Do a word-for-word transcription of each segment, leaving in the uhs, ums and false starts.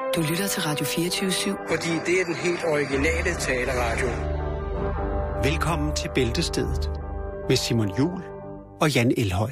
Du lytter til Radio fireogtyve syv. Fordi det er den helt originale taleradio. Velkommen til Bæltestedet med Simon Juhl og Jan Elhøj.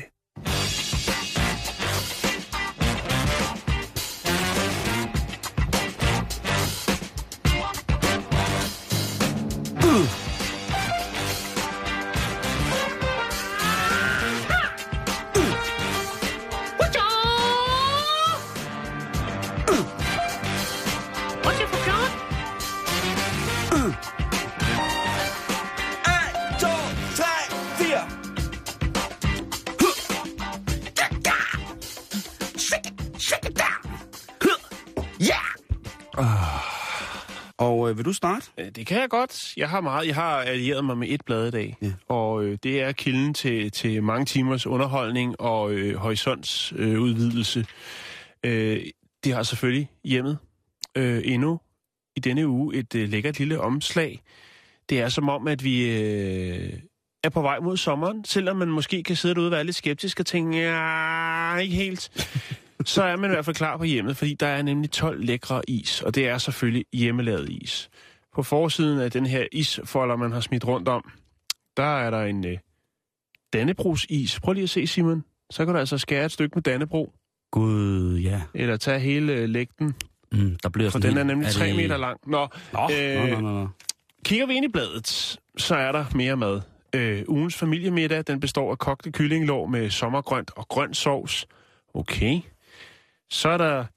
Vil du starte? Det kan jeg godt. Jeg har meget. Jeg har allieret mig med et blad i dag, ja. og øh, det er kilden til, til mange timers underholdning og øh, horisontsudvidelse. Øh, de har selvfølgelig hjemmet øh, endnu i denne uge et øh, lækkert lille omslag. Det er som om, at vi øh, er på vej mod sommeren, selvom man måske kan sidde derude og være lidt skeptisk og tænke, ja, ikke helt. Så er man i hvert fald klar på hjemmet, fordi der er nemlig tolv lækre is, og det er selvfølgelig hjemmelavet is. På forsiden af den her isfolder, man har smidt rundt om, der er der en øh, Dannebrogs-is. Prøv lige at se, Simon. Så kan du altså skære et stykke med Dannebro. Gud, ja. Eller tage hele øh, lægten. Mm, der bliver for sådan den er nemlig er tre det... meter lang. Nå, Nå, øh, nå, nå, nå. Kigger vi ind i bladet, så er der mere mad. Øh, ugens familiemiddag, den består af kogte kyllingelår med sommergrønt og grøn sovs. Okay. Så er der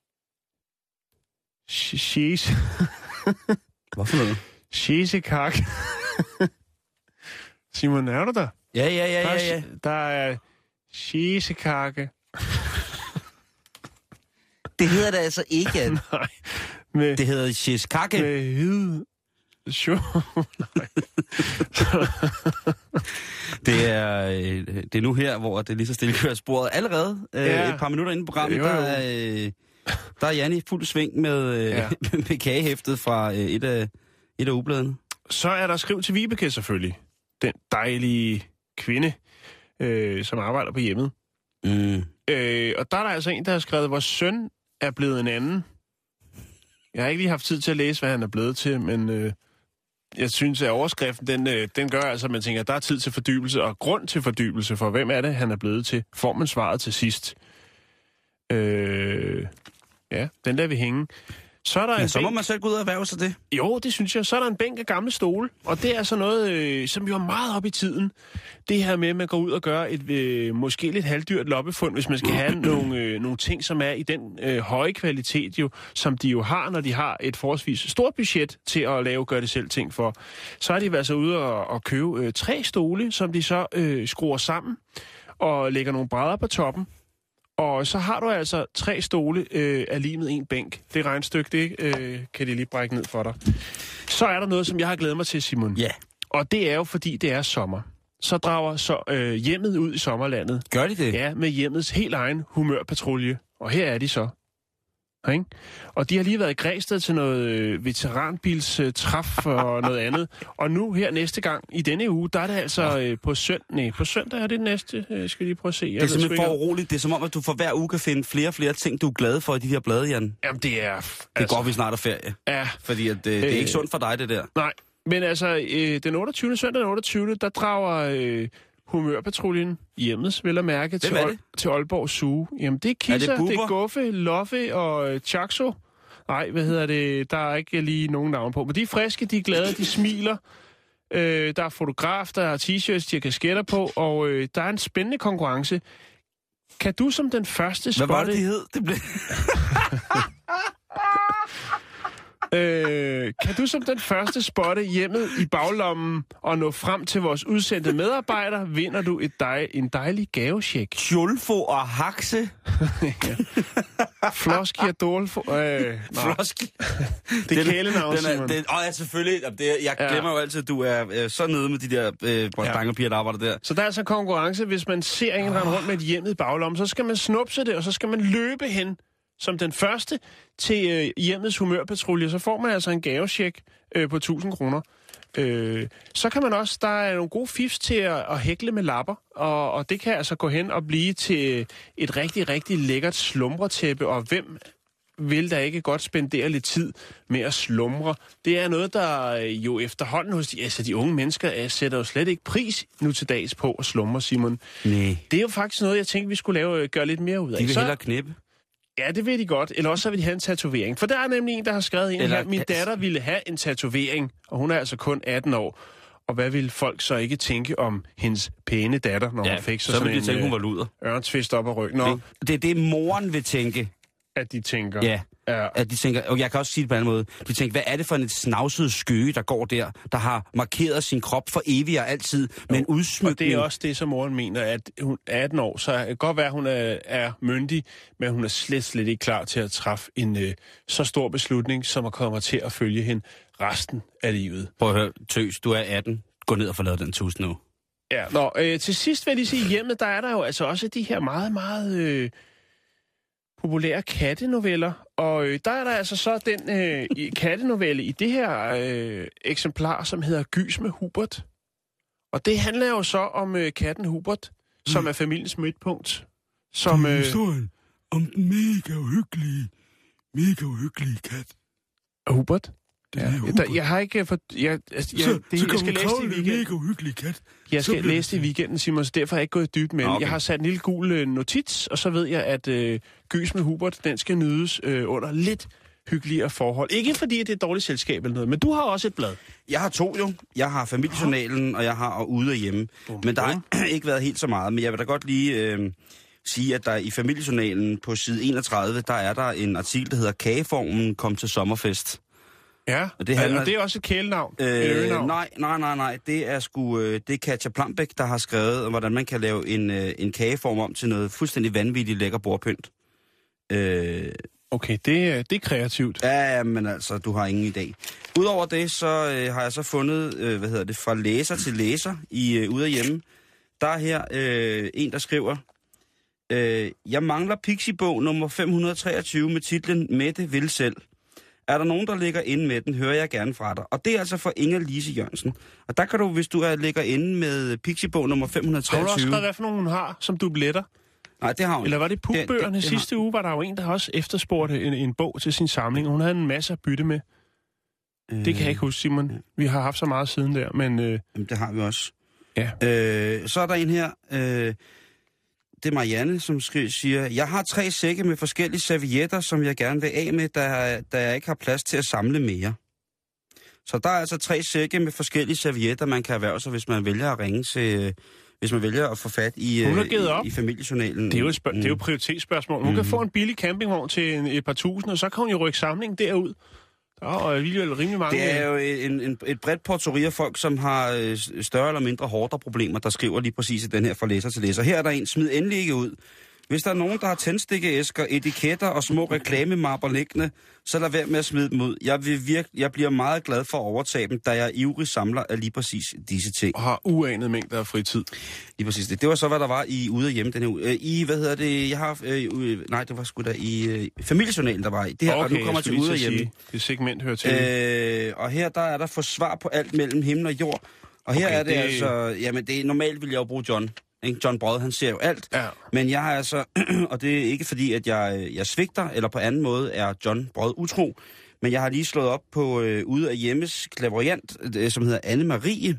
cheese. Hvorfor noget? Cheesekake. Simon, er du der? Ja, ja, ja, ja, ja. Der er cheesekake. Det hedder det altså ikke. Nej. Med, det hedder cheesekake. Med hvid. Sure. Nej. det, er, det er nu her, hvor det lige så stille kører sporet. Allerede ja. et par minutter inde i programmet, jo, jo. Der, er, der er Janne i fuld sving med, ja. med kagehæftet fra et af, et af ubladene. Så er der skriv til Vibeke selvfølgelig. Den dejlige kvinde, øh, som arbejder på hjemmet. Mm. Øh, og der er der altså en, der har skrevet, vores søn er blevet en anden. Jeg har ikke lige haft tid til at læse, hvad han er blevet til, men øh, jeg synes, at overskriften, den, øh, den gør altså, at man tænker, at der er tid til fordybelse, og grund til fordybelse, for hvem er det, han er blevet til? Får man svaret til sidst? Øh, ja, den lader vi hænge. Så er der ja, en så må bænk. man selv gå ud og erhverve sig det. Jo, det synes jeg. Så er der en bænk af gamle stole, og det er så noget, øh, som jo er meget op i tiden. Det her med, at man går ud og gør et øh, måske lidt halvdyrt loppefund, hvis man skal have nogle, øh, nogle ting, som er i den øh, høje kvalitet, jo, som de jo har, når de har et forholdsvis stort budget til at lave gør-det-selv-ting for. Så er de været så ude og, og købe øh, tre stole, som de så øh, skruer sammen og lægger nogle brædder på toppen. Og så har du altså tre stole øh, af lige med en bænk. Det regnstykke, det øh, kan de lige brække ned for dig. Så er der noget, som jeg har glædet mig til, Simon. Ja. Og det er jo, fordi det er sommer. Så drager så øh, hjemmet ud i sommerlandet. Gør de det? Ja, med hjemmets helt egen humørpatrulje. Og her er de så. Ikke? Og de har lige været i Græsted til noget øh, veteranbilstræf og noget andet. Og nu her næste gang, i denne uge, der er det altså øh, på søndag. Nej, på søndag er det næste. Jeg skal lige prøve at se. Jeg det er simpelthen for uroligt. Det er som om, at du for hver uge kan finde flere og flere ting, du er glad for i de her blade, Jan. Jamen, det er... Altså, det går, vi snart er ferie. Ja. Fordi at, øh, det er ikke sundt for dig, det der. Nej, men altså, øh, den otteogtyvende søndag den otteogtyvende der drager... Øh, humørpatruljen hjemmes, vel at mærke, til, Ol- til Aalborg Zoo. Jamen, det er Kisser, er det, det er Guffe, Loffe og Chaxo. Nej, hvad hedder det? Der er ikke lige nogen navn på. Men de er friske, de er glade, de smiler. Øh, der er fotograf, der er t-shirts, de har kasketter på, og øh, der er en spændende konkurrence. Kan du som den første spotte... Hvad var det, de hed? Det blev... Øh, kan du som den første spotte hjemmet i baglommen og nå frem til vores udsendte medarbejdere, vinder du et dej, en dejlig gavecheck. Tjulfo og Hakse. Ja. Floski og Dolfo. Øh, Floski. Det er kælenavn, Simon. Åh ja, selvfølgelig. Det, jeg glemmer ja. jo altid, at du er øh, så nede med de der øh, drenge-piger, der arbejder der. Så der er altså konkurrence. Hvis man ser en rende rundt med et hjemmet i baglommen, så skal man snupse det, og så skal man løbe hen som den første til øh, hjemmets humørpatrulje. Så får man altså en gavecheck øh, på tusind kroner. Øh, så kan man også, der er nogle gode fifs til at, at hækle med lapper, og, og det kan altså gå hen og blive til et rigtig, rigtig lækkert slumretæppe, og hvem vil der ikke godt spendere lidt tid med at slumre. Det er noget, der jo efterhånden hos de, altså de unge mennesker er, sætter jo slet ikke pris nu til dags på at slumre, Simon. Nej. Det er jo faktisk noget, jeg tænkte, vi skulle lave, gøre lidt mere ud af. De vil så, hellere knippe. Ja, det vil de godt. Eller også så vil de have en tatovering. For der er nemlig en, der har skrevet ind Eller, her, min datter ville have en tatovering, og hun er altså kun atten år. Og hvad vil folk så ikke tænke om hendes pæne datter, når ja, hun fik så, så sådan vil de tænke, en hun var luder. ørntvist op ad ryggen? Nå, Det er det, moren vil tænke. at de tænker. Ja, Ja. at de tænker, og jeg kan også sige det på en anden måde, de tænker, hvad er det for en snavset skøge, der går der, der har markeret sin krop for evigt og altid med en udsmykning. Og det er også det, som moren mener, at hun er atten år, så det kan godt være, at hun er, er myndig, men hun er slet, slet ikke klar til at træffe en øh, så stor beslutning, som at komme til at følge hende resten af livet. Prøv at høre, tøs, du er atten. Gå ned og få lavet den tus nu. Ja, nå, øh, til sidst vil jeg lige sige, hjemmet, der er der jo altså også de her meget, meget øh, populære kattenoveller. Og øh, der er der altså så den øh, i kattenovelle i det her øh, eksemplar, som hedder Gys med Hubert. Og det handler jo så om øh, katten Hubert, som mm. er familiens midtpunkt. Som, øh, historien om den mega uhyggelige, mega uhyggelige kat. Hubert? Ja, Hubert. der, jeg har ikke for jeg, altså, jeg, Så, det, så jeg skal læse det i en weekenden. mega uhyggelig kat. Jeg Så skal bliver læse det i weekenden, Simon, så derfor har jeg ikke gået dybt med. Okay. Jeg har sat en lille gul øh, notits, og så ved jeg, at øh, Gys med Hubert, den skal nydes øh, under lidt hyggeligere forhold. Ikke fordi, at det er et dårligt selskab eller noget, men du har også et blad. Jeg har to jo. Jeg har familiejournalen, og jeg har og ude og hjemme. Bum, Men der bum. har ikke været helt så meget. Men jeg vil da godt lige øh, sige, at der i familiejournalen på side enogtredive, der er der en artikel, der hedder Kageformen kom til sommerfest. Ja, Og det det, handler- og det er også et kælenavn. Øh, et øgenavn. nej, nej, nej, nej. Det er sgu øh, det er Katja Plambæk, der har skrevet, hvordan man kan lave en, øh, en kageform om til noget fuldstændig vanvittigt lækker bordpynt. Øh, Okay, det, er- det er kreativt. ja, men altså, du har ingen idé. Udover det, så øh, har jeg så fundet, øh, hvad hedder det, fra læser til læser i øh, Ude af Hjemme. Der er her øh, en, der skriver, øh, jeg mangler Pixie-bog nummer fem hundrede treogtyve med titlen Mette vil selv. Er der nogen, der ligger inde med den, hører jeg gerne fra dig. Og det er altså for Inger Lise Jørgensen. Og der kan du, hvis du er ligger inde med Pixie-bog nummer fem hundrede Har du også treogtyve... skrevet, hvad for nogen hun har som dubletter? Nej, det har hun. Eller var det Puk-bøgerne? Det- det- det Sidste uge var der jo en, der også efterspurgte en, en bog til sin samling, og hun havde en masse at bytte med. Øh, Det kan jeg ikke huske, Simon. Vi har haft så meget siden der, men... Øh, Jamen, det har vi også. Ja. Øh, så er der en her... Øh, det er Marianne, som skri- siger, jeg har tre sække med forskellige servietter, som jeg gerne vil af med, da, da jeg ikke har plads til at samle mere. Så der er altså tre sække med forskellige servietter, man kan erhverve sig, hvis man vælger at ringe til... Hvis man vælger at få fat i, Hun har øh, givet op. i, i familiejournalen. det er jo et, spørg- Mm. det er jo et prioritetsspørgsmål. Hun Mhm. kan få en billig campingvogn til en, et par tusind, og så kan hun jo rykke samlingen derud. Der er jo alligevel rimelig mange... Det er jo en, en, et bredt portræt af folk, som har øh, større eller mindre hårdere problemer, der skriver lige præcis i den her fra læser til læser. Her er der en, smid endelig ikke ud. Hvis der er nogen, der har tændstikkeæsker, etiketter og små reklamemapper liggende, så lad være med at smide dem ud. Jeg, vil virke, jeg bliver meget glad for at overtage dem, da jeg ivrig samler af lige præcis disse ting. Og har uanet mængder af fritid. Lige præcis det. Det var så, hvad der var i Ude af Hjemme den her uge. Øh, I, hvad hedder det, jeg har... Øh, øh, nej, det var sgu da i øh, familiejournalen, der var i. Det her, Okay, og nu kommer jeg til skulle Ude af lige til at Hjemme. sige, det segment hører til. Øh, og her der er der for svar på alt mellem himmel og jord. Og her Okay, er det, det- altså... Jamen, det er, normalt vil jeg jo bruge John. Ikke? John Brod, han ser jo alt. Ja. Men jeg har altså... og det er ikke fordi, at jeg, jeg svigter, eller på anden måde er John Brod utro. Men jeg har lige slået op på øh, Ude af Hjemmes klaverjant, øh, som hedder Anne-Marie.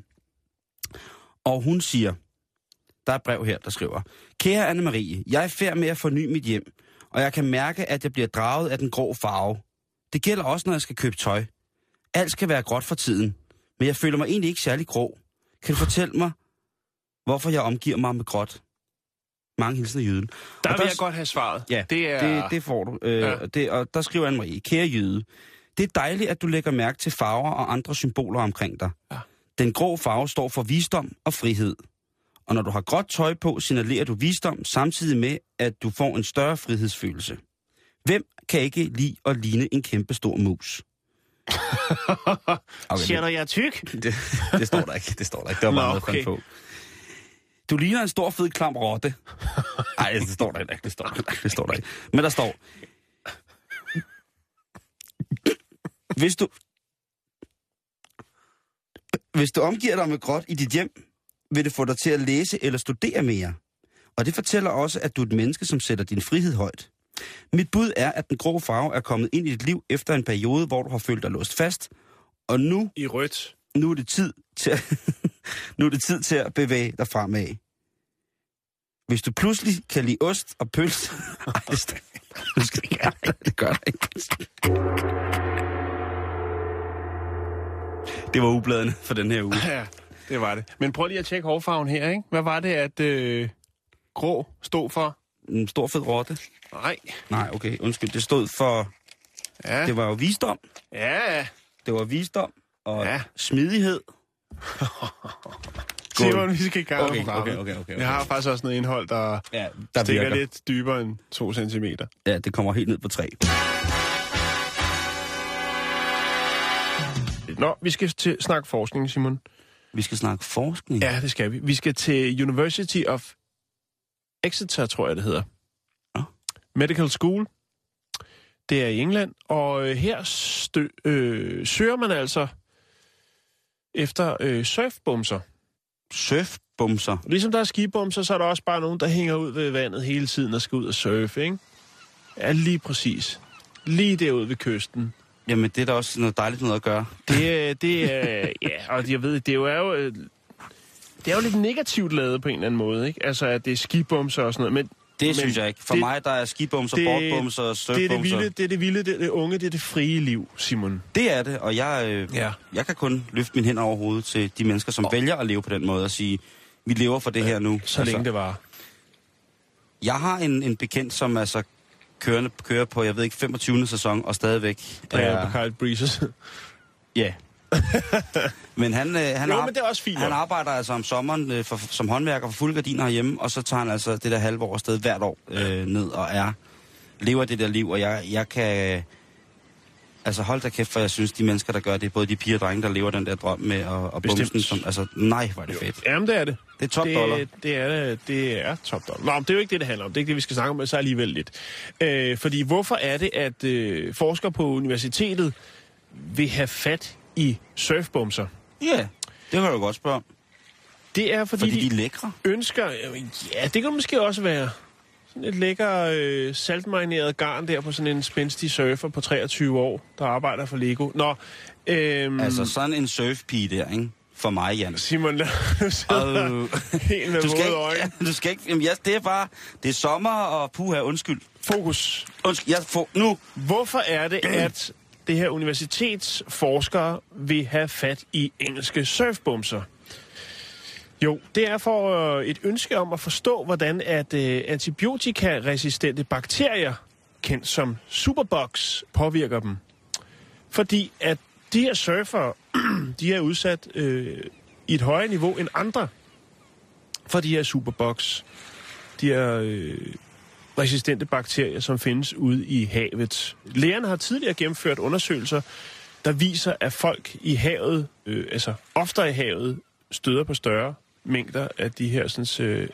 Og hun siger... Der er et brev her, der skriver... Kære Anne-Marie, jeg er i færd med at forny mit hjem, og jeg kan mærke, at jeg bliver draget af den grå farve. Det gælder også, når jeg skal købe tøj. Alt skal være gråt for tiden, men jeg føler mig egentlig ikke særlig grå. Kan du fortælle mig, hvorfor jeg omgiver mig med gråt? Mange hilsner jyden. Der Og vil jeg godt have svaret. Ja, det, er... det, det får du. Øh, Ja. ja. det, og der skriver Anne-Marie, kære jyde, det er dejligt, at du lægger mærke til farver og andre symboler omkring dig. Ja. Den grå farve står for visdom og frihed. Og når du har gråt tøj på, signalerer du visdom, samtidig med, at du får en større frihedsfølelse. Hvem kan ikke lide at ligne en kæmpe stor mus? Okay, Siger du, jeg er tyk? det, det står der ikke. Det står der ikke. Det var bare Nå, noget, okay. okay. på. Du ligner en stor, fed, klam rotte. Nej, det står der ikke. Det står der ikke. Det står der ikke. Men der står... Hvis du... Hvis du omgiver dig med gråt i dit hjem, vil det få dig til at læse eller studere mere. Og det fortæller også, at du er et menneske, som sætter din frihed højt. Mit bud er, at den grå farve er kommet ind i dit liv efter en periode, hvor du har følt dig låst fast. Og nu... I rødt. Nu er det tid til at, nu er det tid til at bevæge dig fremad. Hvis du pludselig kan lide ost og pølse... Ej, det, skal, det, skal, det gør det ikke. Det var ubladene for den her uge. Ja, det var det. Men prøv lige at tjekke hårfarven her, ikke? Hvad var det, at øh, grå stod for? En stor fed rotte. Nej. Nej, okay, undskyld. Det stod for... Ja. Det var jo visdom. Ja. Det var visdom og ja. Smidighed. Simon, vi skal i gang. Okay, okay, okay, okay, okay. Jeg har faktisk også noget indhold, der, ja, der stikker virker. lidt dybere end to centimeter. Ja, det kommer helt ned på tre. Nå, vi skal til snakke forskning, Simon. Vi skal snakke forskning? Ja, det skal vi. Vi skal til University of Exeter, tror jeg, det hedder. Ja. Medical School. Det er i England, og her stø, øh, søger man altså efter øh, surfbumser. Surfbumser? Ligesom der er skibumser, så er der også bare nogen, der hænger ud ved vandet hele tiden og skal ud og surfe, ikke? Ja, lige præcis. Lige derude ved kysten. Jamen, det er da også noget dejligt noget at gøre. Det, det er... Ja, og jeg ved, det er jo... Det er jo lidt negativt lavet på en eller anden måde, ikke? Altså, at det er skibumser og sådan noget, men... Det men synes jeg ikke. For det, mig, der er skibumser, det, bortbumser og surfbumser. Det er det vilde, det er det vilde, det er det unge, det er det frie liv, Simon. Det er det, og jeg, øh, ja. jeg kan kun løfte min hænder over hovedet til de mennesker, som oh. vælger at leve på den måde og sige, vi lever for det her nu. Så længe altså, det var. Jeg har en, en bekendt, som altså kørende, kører på, jeg ved ikke, femogtyvende sæson og stadigvæk... Der er på Kyle Breezes. Ja. Men han, øh, han, jo, ar- men det er også fint, han arbejder altså om sommeren øh, for, som håndværker for fulde gardiner herhjemme, og så tager han altså det der halve år afsted hvert år øh, ned og er lever det der liv, og jeg, jeg kan... Altså hold da kæft, for jeg synes, de mennesker, der gør det, både de piger og drenge, der lever den der drøm med at, at bumsen, som... Altså, nej, hvor er det jo. fedt. Jamen, det er det. Det er top dollar. Det, det er det. Det er top dollar. Nå, men det er jo ikke det, det handler om. Det er ikke det, vi skal snakke om, men så alligevel lidt. Øh, fordi hvorfor er det, at øh, forskere på universitetet vil have fat i surfbumser? Ja, det kan du godt spørge. Det er, fordi, fordi de, de er lækre. Ønsker... Ja, det kan måske også være... Sådan et lækker øh, saltmarineret garn der på sådan en spændstig surfer på treogtyve år, der arbejder for Lego. Nå, øhm, altså sådan en surfpige der, ikke? For mig, Jan. Simon, du sidder uh, helt med våde øjne. Ja, du skal ikke... Jamen, ja, det er bare... Det er sommer, og puha, undskyld. Fokus. Undskyld, jeg får... Nu... Hvorfor er det, at det her universitetsforskere vil have fat i engelske surfbumser? Jo, det er for øh, et ønske om at forstå, hvordan at øh, antibiotikaresistente bakterier, kendt som superbugs, påvirker dem. Fordi at de her surfere, de er udsat øh, i et højere niveau end andre for de her superbugs. De her øh, resistente bakterier, som findes ude i havet. Lægerne har tidligere gennemført undersøgelser, der viser, at folk i havet, øh, altså oftere i havet, støder på større mængder af de her sådan, øh,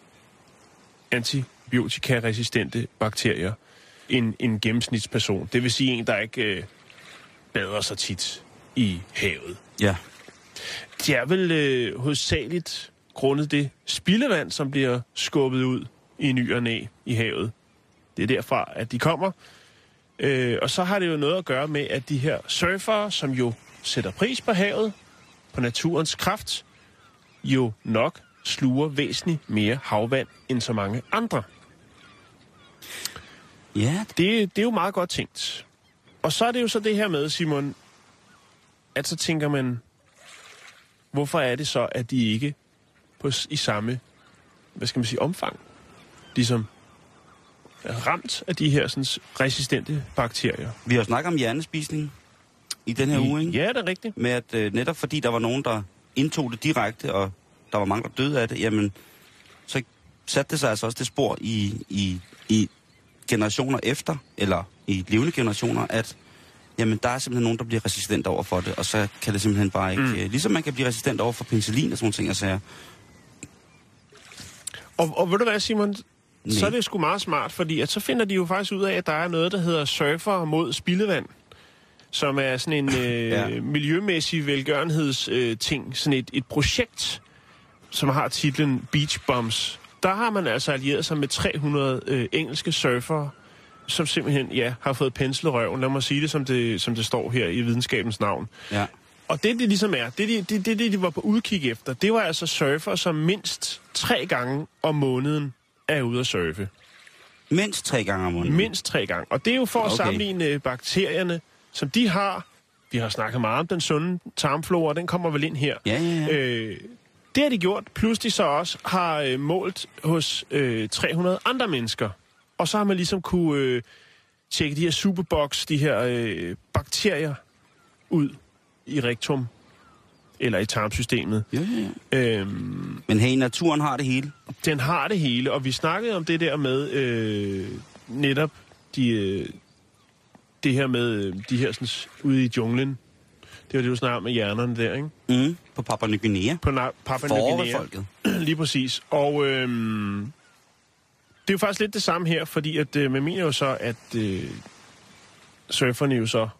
antibiotikaresistente bakterier end en gennemsnitsperson. Det vil sige en, der ikke øh, bader sig tit i havet. Ja. Det er vel øh, hovedsageligt grundet det spildevand, som bliver skubbet ud i ny og næ i havet. Det er derfra, at de kommer. Øh, og så har det jo noget at gøre med, at de her surfere, som jo sætter pris på havet, på naturens kraft, jo nok sluger væsentligt mere havvand end så mange andre. Ja. Det, det er jo meget godt tænkt. Og så er det jo så det her med, Simon, at så tænker man, hvorfor er det så, at de ikke på, i samme, hvad skal man sige, omfang, ligesom er ramt af de her sådan, resistente bakterier? Vi har snakket om hjernespisning i den her I, uge, ikke? Ja, det er rigtigt. Med at øh, netop fordi der var nogen, der indtog det direkte, og der var mange, der døde af det, jamen, så satte det sig altså også det spor i, i, i generationer efter, eller i levende generationer, at jamen, der er simpelthen nogen, der bliver resistent over for det, og så kan det simpelthen bare ikke... Mm. Øh, ligesom man kan blive resistent over for penicillin og sådan nogle ting, jeg siger. Og, og ved du hvad, Simon? Nej. Så er det sgu meget smart, fordi at så finder de jo faktisk ud af, at der er noget, der hedder surfer mod spildevand, som er sådan en øh, ja. miljømæssig velgørenhedsting, øh, ting. Sådan et, et projekt, som har titlen Beach Bums. Der har man altså allieret sig med tre hundrede øh, engelske surfere, som simpelthen, ja, har fået penslet røven. Lad mig sige det, som det, som det står her i videnskabens navn. Ja. Og det, det ligesom er, det, det, det, det, de var på udkig efter, det var altså surfer, som mindst tre gange om måneden er ude at surfe. Mindst tre gange om måneden? Mindst tre gange. Og det er jo for at okay. sammenligne bakterierne, som de har. Vi har snakket meget om den sunde tarmflora, den kommer vel ind her. Ja, ja, ja. Øh, det har de gjort, plus de så også har øh, målt hos øh, tre hundrede andre mennesker. Og så har man ligesom kunne øh, tjekke de her superbugs, de her øh, bakterier ud i rektum eller i tarmsystemet. Ja, ja, ja. Øhm, Men hey, naturen har det hele. Den har det hele, og vi snakkede om det der med øh, netop de, øh, det her med øh, de her sådan, ude i junglen. Det var det, du snakkede om med hjernerne der, ikke? Mm, på Papua Ny Guinea. På na- Papua Ny Guinea. Folket. Lige præcis. Og øh, det er jo faktisk lidt det samme her, fordi at, øh, man mener jo så, at øh, surferne jo så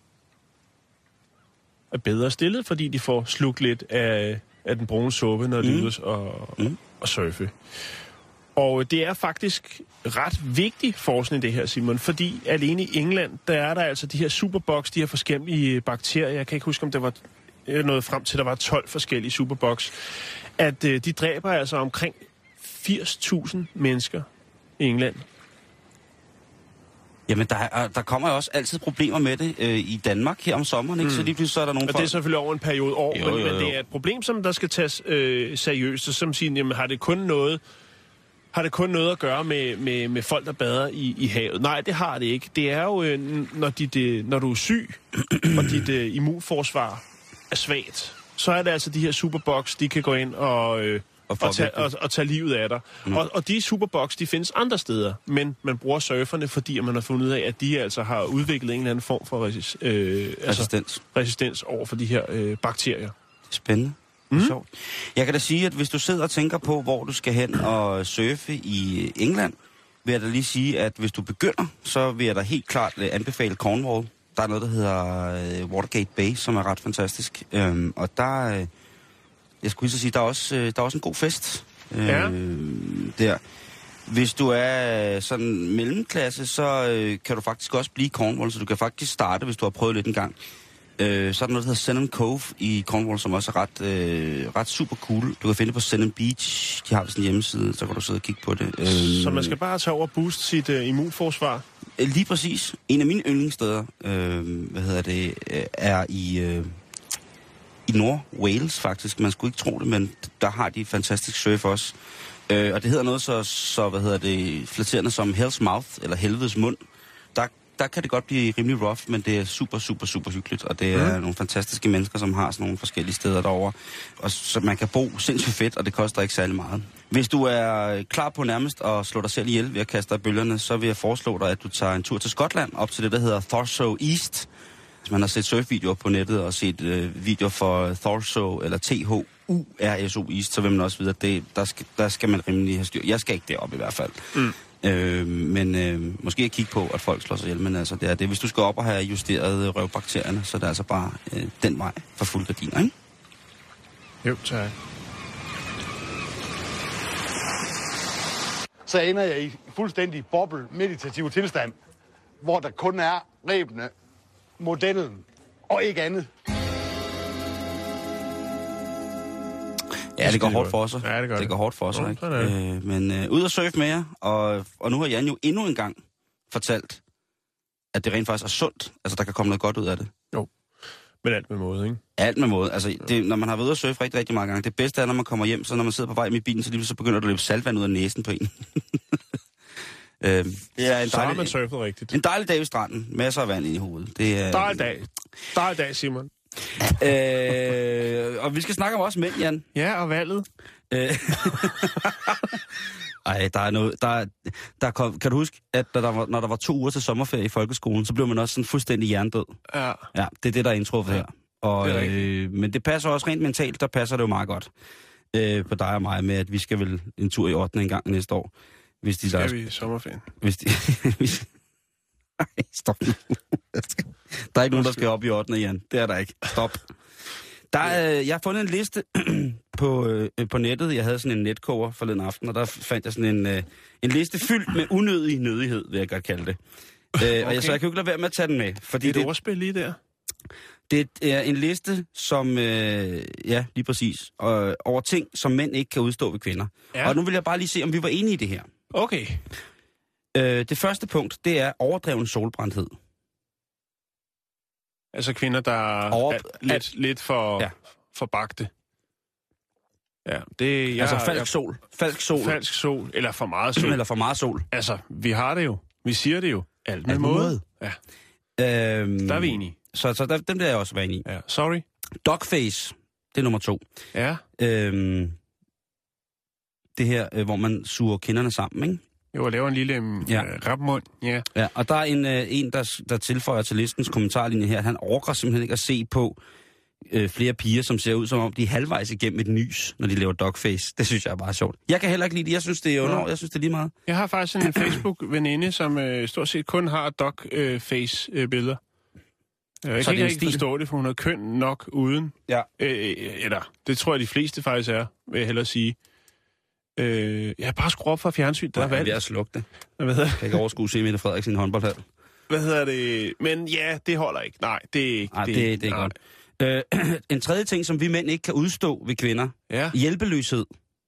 er bedre stillet, fordi de får slugt lidt af, af den brune suppe, når de mm. er ude og, mm. og surfe. Og det er faktisk ret vigtig forskning, det her, Simon, fordi alene i England, der er der altså de her superbugs, de her forskellige bakterier. Jeg kan ikke huske, om det var noget frem til, der var tolv forskellige superbugs. At øh, de dræber altså omkring firs tusind mennesker i England. Jamen, der, der kommer jo også altid problemer med det øh, i Danmark her om sommeren, ikke? Mm. Så lige pludselig så er der nogle og folk... det er selvfølgelig over en periode år, jo, jo, jo. Men, men det er et problem, som der skal tages øh, seriøst, og som siger, jamen, har det kun noget... Har det kun noget at gøre med, med, med folk, der bader i, i havet? Nej, det har det ikke. Det er jo, øh, når, dit, øh, når du er syg, og dit øh, immunforsvar er svagt, så er det altså de her superbugs, de kan gå ind og, øh, og, og, tage, og, og tage livet af dig. Mm. Og, og de superbugs, de findes andre steder, men man bruger surferne, fordi man har fundet ud af, at de altså har udviklet en eller anden form for resist, øh, resistens. Altså, resistens over for de her øh, bakterier. Spændende. Mm. Sjovt. Jeg kan da sige, at hvis du sidder og tænker på, hvor du skal hen og surfe i England, vil jeg da lige sige, at hvis du begynder, så vil jeg da helt klart anbefale Cornwall. Der er noget, der hedder Watergate Bay, som er ret fantastisk. Øhm, og der, jeg skulle lige så sige, der er også, der er også en god fest ja. øh, der. Hvis du er sådan mellemklasse, så øh, kan du faktisk også blive Cornwall, så du kan faktisk starte, hvis du har prøvet lidt en gang. Øh, så er der noget, der hedder Sennen Cove i Cornwall, som også er ret, øh, ret super cool. Du kan finde det på Sennen Beach. De har sådan en hjemmeside, så kan du sidde og kigge på det. Øh, så man skal bare tage over og booste sit øh, immunforsvar? Lige præcis. En af mine yndlingssteder, øh, hvad hedder det, øh, er i, øh, i Nord-Wales faktisk. Man skulle ikke tro det, men der har de fantastisk surf også. Øh, og det hedder noget så, så hvad hedder det, flatterende som Hell's Mouth, eller Helvedes Mund. Der Der kan det godt blive rimelig rough, men det er super, super, super hyggeligt. Og det er mm. nogle fantastiske mennesker, som har sådan nogle forskellige steder derovre. Og så man kan bo sindssygt fedt, og det koster ikke særlig meget. Hvis du er klar på nærmest at slå dig selv ihjel ved at kaste dig bølgerne, så vil jeg foreslå dig, at du tager en tur til Skotland, op til det, der hedder Thurso East. Hvis man har set surfvideoer på nettet og set øh, videoer for Thurso, eller T H U R S O East, så vil man også vide, at det, der, skal, der skal man rimelig have styr. Jeg skal ikke derop i hvert fald. Mm. Øh, men øh, måske at kigge på, at folk slår sig ihjel, men altså, det er det. Hvis du skal op og have justeret røvbakterierne, så er det altså bare øh, den vej for fuld gardiner, ikke? Jo, tak. Så ender jeg i fuldstændig boble-meditativ tilstand, hvor der kun er rebene, modellen og ikke andet. Ja, det går hårdt for sig. Ja, det, gør det. det går hårdt for sig, jo, ikke? Øh, men øh, ud og surfe med jer, og, og nu har Jan jo endnu en gang fortalt, at det rent faktisk er sundt. Altså, der kan komme noget godt ud af det. Jo, men alt med måde, ikke? Alt med måde. Altså, det, når man har været ude og surfe rigtig, rigtig mange gange, det bedste er, når man kommer hjem, så når man sidder på vej med bilen, så lige så begynder der at løbe saltvand ud af næsen på en. øh, det er en så dejlig, har man surfet rigtigt. En dejlig dag ved stranden. Masser af vand ind i hovedet. Det er, dejlig dag. Dejlig dag, Simon. øh, og vi skal snakke om også mænd, Jan. Ja, og valget. Øh, Ej, der er noget... Der, der kom, kan du huske, at når der, var, når der var to uger til sommerferie i folkeskolen, så blev man også sådan fuldstændig hjernedød? Ja. Ja, det er det, der er indtruffet her. Og, det er øh, men det passer også rent mentalt, der passer det jo meget godt øh, på dig og mig med, at vi skal vel en tur i ottende en gang næste år. Hvis de skal der, vi i sommerferien? Hvis de... hvis, ej, stop nu. Der er ikke nogen, der skal op i ottende, Jan. Det er der ikke. Stop. Der er, jeg har fundet en liste på, øh, på nettet. Jeg havde sådan en netkoger forleden aften, og der fandt jeg sådan en, øh, en liste fyldt med unødig nødighed, vil jeg godt kalde det. Okay. Øh, og jeg, så jeg kan jo ikke lade være med at tage den med. Fordi det er et det, ordspil lige der. Det er en liste, som, øh, ja, lige præcis, øh, over ting, som mænd ikke kan udstå ved kvinder. Ja. Og nu vil jeg bare lige se, om vi var enige i det her. Okay. Øh, det første punkt, det er overdreven solbrændthed. Altså kvinder, der Over... er lidt, lidt for, ja. for bagte. Ja, det... Jeg, altså falsk sol. Falsk sol. Falsk sol, eller for meget sol. Eller for meget sol. Altså, vi har det jo. Vi siger det jo. Alt med, Alt med måde. måde. Ja. Øhm, der er vi enige. Så, så der, dem der er jeg også været enige i. Ja, sorry. Dogface, det er nummer to. Ja. Øhm, det her, øh, hvor man suger kinderne sammen, ikke? Jo, og laver en lille ja. øh, rapmund. Ja. Ja, og der er en, øh, en der, der tilføjer til listens kommentarlinje her, han orker simpelthen ikke at se på øh, flere piger, som ser ud som om, de er halvvejs igennem et nys, når de laver dogface. Det synes jeg er bare sjovt. Jeg kan heller ikke lide det. Jeg synes, det er under. Jeg synes, det er lige meget. Jeg har faktisk en Facebook-veninde, som øh, stort set kun har dogface-billeder. Jeg kan så ikke rigtig forstå det, for hun er køn nok uden. Ja. Øh, eller, det tror jeg, de fleste faktisk er, vil jeg hellere sige. Øh, jeg har bare skruet op for fjernsyn, der er valgt. Jeg har slukket det. Hvad hedder? Jeg kan ikke overskue se Mette Frederiksen i håndboldhal. Hvad hedder det? Men ja, det holder ikke. Nej, det er ikke. Nej, det, det, det er godt. Øh, en tredje ting, som vi mænd ikke kan udstå ved kvinder. Ja. Hjælpeløshed.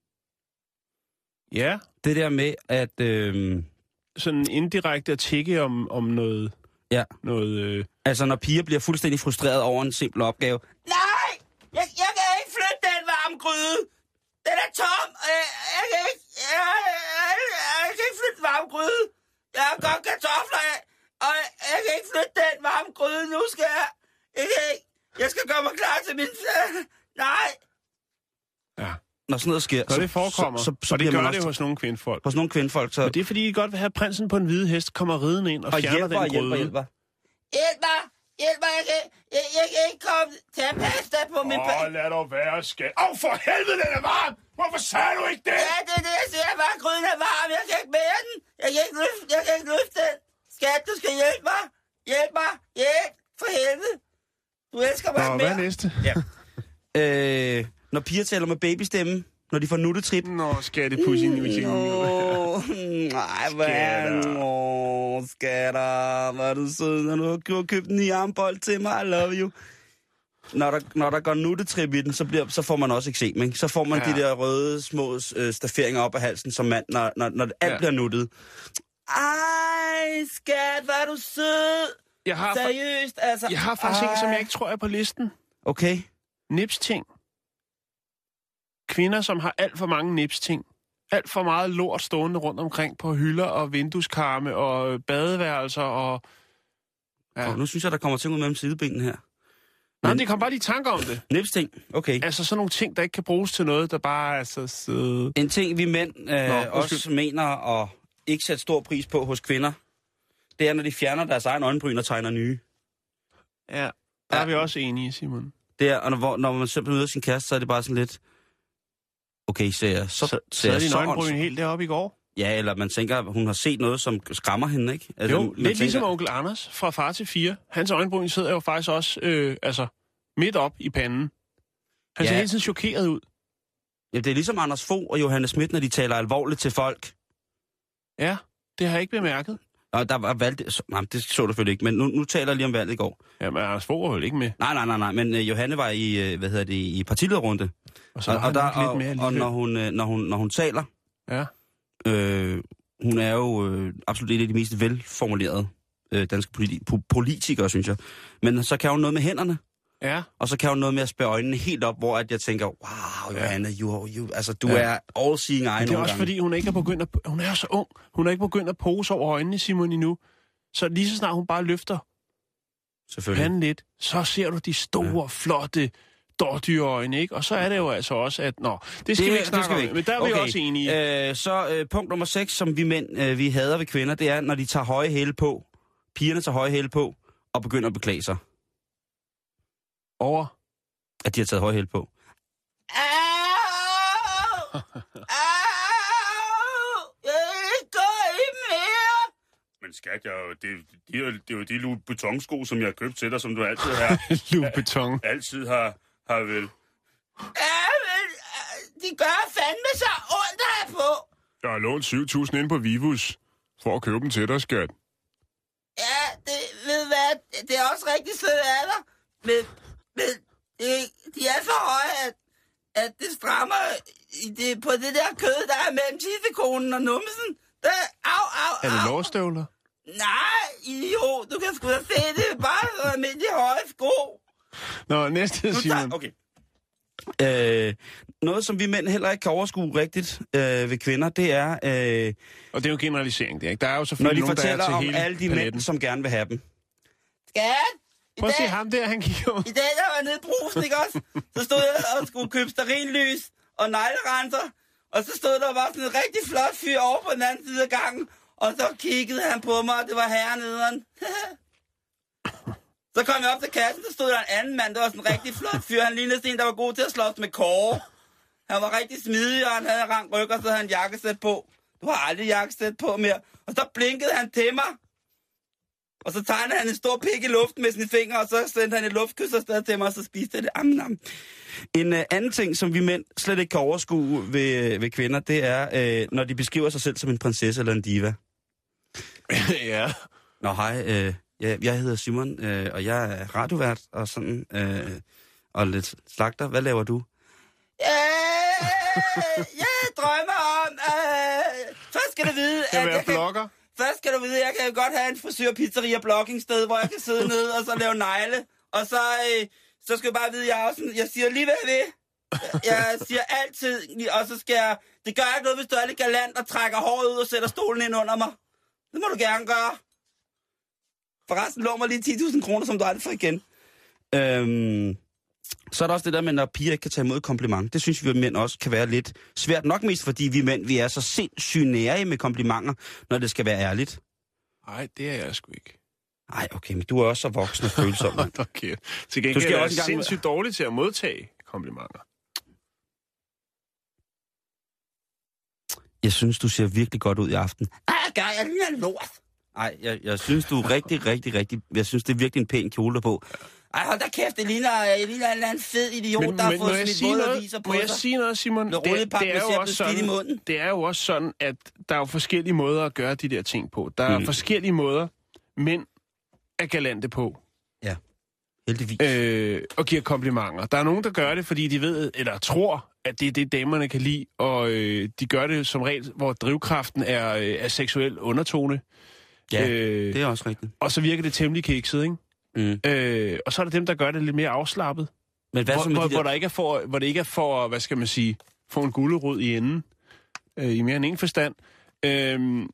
Ja. Det der med, at... Øh... Sådan indirekte at tjekke om, om noget... Ja. Noget... Øh... Altså, når piger bliver fuldstændig frustreret over en simpel opgave. Nej! Jeg, jeg kan ikke flytte den varme gryde! Den er tom! Jeg, jeg, kan, ikke, jeg, jeg, jeg, jeg kan ikke flytte den varme gryde! Jeg har godt kartofler af, og jeg kan ikke flytte den varme gryde. Nu skal jeg... Jeg kan ikke... Jeg skal gøre mig klar til min... Nej! Ja. Når sådan noget sker... Så, så det forekommer, så, så, så og det gør det hos nogle kvindfolk. Hos nogle kvindfolk, så... Men det er fordi, de godt vil have prinsen på en hvide hest, kommer riden ind og, og fjerner hjælper, den gryde. Og hjælper, Hjælp mig! Hjælp mig! Jeg kan, jeg, jeg kan ikke komme til at pasta på min... Åh, oh, lad dog være, skat. Åh, oh, for helvede, den er varm! Hvorfor sagde du ikke det? Ja, det er det, jeg siger. Bare gryden er varm. Jeg kan ikke bære den. Jeg kan ikke løfte, jeg kan ikke løfte den. Skat, du skal hjælpe mig. Hjælp mig. Hjælp. For helvede. Du elsker mig mere. Nå, hvad er næste? Ja. øh, når piger taler med babystemme, når de får nuttetrip. Nå, skattepussy nu. Nå, nej, hvad? Nå, skatter. Hvor er du sød, når du har købt en ny armbold til mig. I love you. Når der, når der går nuttetrip i den, så, bliver, så får man også eksem, ikke? Så får man ja. de der røde små øh, stafferinger op af halsen som mand, når, når, når alt ja. bliver nuttet. Ej, skat, hvor er du sød. Jeg har Seriøst, altså. Jeg har faktisk en, som jeg ikke tror er på listen. Okay. Nipsting. Kvinder, som har alt for mange nipsting. Alt for meget lort stående rundt omkring på hylder og vindueskarme og badeværelser og... Ja. Og nu synes jeg, der kommer ting ud mellem sidebenene her. Nej, men det kommer bare lige tanker om det. Nipsting, okay. Altså sådan nogle ting, der ikke kan bruges til noget, der bare er så søde. En ting, vi mænd øh, Nå, også mener at ikke sætte stor pris på hos kvinder, det er, når de fjerner deres egen øjenbryn og tegner nye. Ja, der ja. er vi også enige, Simon. Det er, og når, når man simpelthen møder sin kæreste, så er det bare sådan lidt... Okay, ser jeg så... Så, så er din øjenbryn helt deroppe i går? Ja, eller man tænker, at hun har set noget, som skræmmer hende, ikke? Altså, jo, lidt tænker... ligesom onkel Anders fra Far til Fire. Hans øjenbryn sidder jo faktisk også øh, altså, midt op i panden. Han ja. ser helt sådan chokeret ud. Ja, det er ligesom Anders Fogh og Johannes Schmidt, når de taler alvorligt til folk. Ja, det har jeg ikke bemærket. Og der var valg... Nej, det så du selvfølgelig ikke, men nu, nu taler jeg lige om valget i går. Ja, men Anders Fogh var vel ikke med? Nej, nej, nej, nej, men uh, Johanne var i, uh, hvad hedder det, i partilederrunde. Og, så og, og, der, og, lidt og når, hun, uh, når, hun, når hun taler... Ja. Øh, hun er jo øh, absolut et af de mest velformulerede øh, danske politi- po- politikere, synes jeg. Men så kan hun noget med hænderne. Ja. Og så kan hun noget med at spære øjnene helt op, hvor at jeg tænker, wow, Johanne, you, you, altså, du ja. er all-seeing eye. Det er også gange. Fordi, hun ikke er begyndt at... Hun er så ung. Hun er ikke begyndt at pose over øjnene, Simon, endnu. Så lige så snart hun bare løfter panden lidt, så ser du de store, ja. flotte dårdyrøjne, ikke? Og så er det jo altså også, at... Nå, det skal det, vi ikke snakke om, men der er okay. vi også enige. Øh, så øh, punkt nummer seks, som vi mænd, øh, vi hader ved kvinder, det er, når de tager høje hæle på, pigerne tager høje hæle på, og begynder at beklage sig. Over? At de har taget høje hæle på. Au! Au! Jeg vil ikke gå i mere! Men skat, jeg, det, det, er, det er jo de Louis Vuitton-sko, som jeg har købt til dig, som du altid har... Louis Vuitton. Altid har, har vel... Ja, men de gør fandme så ondt her på. Jeg har lånt syv tusind ind på Vivus for at købe dem til dig, skat. det er også rigtig sødt af dig, men, men det, de er så høje, at, at det strammer i det, på det der kød, der er mellem tissekonen og numsen. Det, au, au, au. Er det lårstøvler? Nej, idiot, du kan sgu da se det. Bare så almindelig høje sko. Nå, næste, Simon. Okay. Øh, noget, som vi mænd heller ikke kan overskue rigtigt øh, ved kvinder, det er... Øh, og det er jo en generalisering, det er ikke? Der er jo selvfølgelig når de nogen, der er fortæller til om hele alle de paletten. mænd, som gerne vil have dem. Skat! Prøv at se ham der, han kigger. I dag, der var nede i Brugsen, ikke også? Så stod jeg og skulle købe stearinlys og neglerenser. Og så stod der bare sådan en rigtig flot fyr over på den anden side af gangen. Og så kiggede han på mig, og det var herrenederen. Så kom jeg op til kassen, så stod der en anden mand, der var sådan en rigtig flot fyr. Han lignede sådan en, der var god til at slås med kåre. Han var rigtig smidig, og han havde rank ryg, og så havde han jakkesæt på. Du har aldrig jakkesæt på mere. Og så blinkede han til mig. Og så tegnede han en stor pik i luften med sine fingre, og så sendte han et luftkys afsted til mig, og så spiste jeg det. Am, am. En uh, anden ting, som vi mænd slet ikke kan overskue ved, ved kvinder, det er, uh, når de beskriver sig selv som en prinsesse eller en diva. Ja. Nå, hej. Øh, jeg, jeg hedder Simon, øh, og jeg er radiovært og sådan, øh, og lidt slagter. Hvad laver du? Øh, jeg drømmer om... Øh, først skal du vide... Kan at være blogger? Først skal du vide, at jeg kan godt have en frisør-pizzeria-bloggingsted, hvor jeg kan sidde nede og så lave negle. Og så, øh, så skal du bare vide, at jeg, også, jeg siger lige hvad jeg vil. Jeg siger altid, og så skal jeg... Det gør ikke noget, hvis du er lidt galant og trækker håret ud og sætter stolen ind under mig. Det må du gerne gøre. Forresten lå mig lige ti tusind kroner, som du aldrig får igen. Øhm, så er der også det der med, når piger ikke kan tage imod kompliment. Det synes vi, at mænd også kan være lidt svært. Nok mest, fordi vi mænd, vi er så sindssygt nære med komplimenter, når det skal være ærligt. Nej, det er jeg sgu ikke. Nej, okay, men du er også så voksen og følsom. Okay. Til gengæld er jeg også sindssygt dårlig til at modtage komplimenter. Jeg synes, du ser virkelig godt ud i aften. Ej, gør jeg lige lort. Ej, jeg, jeg synes, du er rigtig, rigtig, rigtig... Jeg synes, det er virkelig en pæn kjole på. Ej, hold da kæft, det ligner, det ligner en eller anden fed idiot, men, der har fået smidt vådaviser på sig. Må jeg sige noget, Simon? Det, det, det, er jo også sådan, det er jo også sådan, at der er jo forskellige måder at gøre de der ting på. Der er mm. forskellige måder, mænd er galante på. Ja, heldigvis. Øh, og giver komplimenter. Der er nogen, der gør det, fordi de ved, eller tror, at det er det, damerne kan lide, og øh, de gør det som regel, hvor drivkraften er, øh, er seksuel undertone. Ja, øh, det er også rigtigt. Og så virker det temmelig kikset, ikke? Mm. Øh, og så er der dem, der gør det lidt mere afslappet. Men hvad hvor, hvor, de der... hvor, der ikke er for, hvor det ikke er for, hvad skal man sige, få en gulerod i enden, øh, i mere end en forstand. Øh,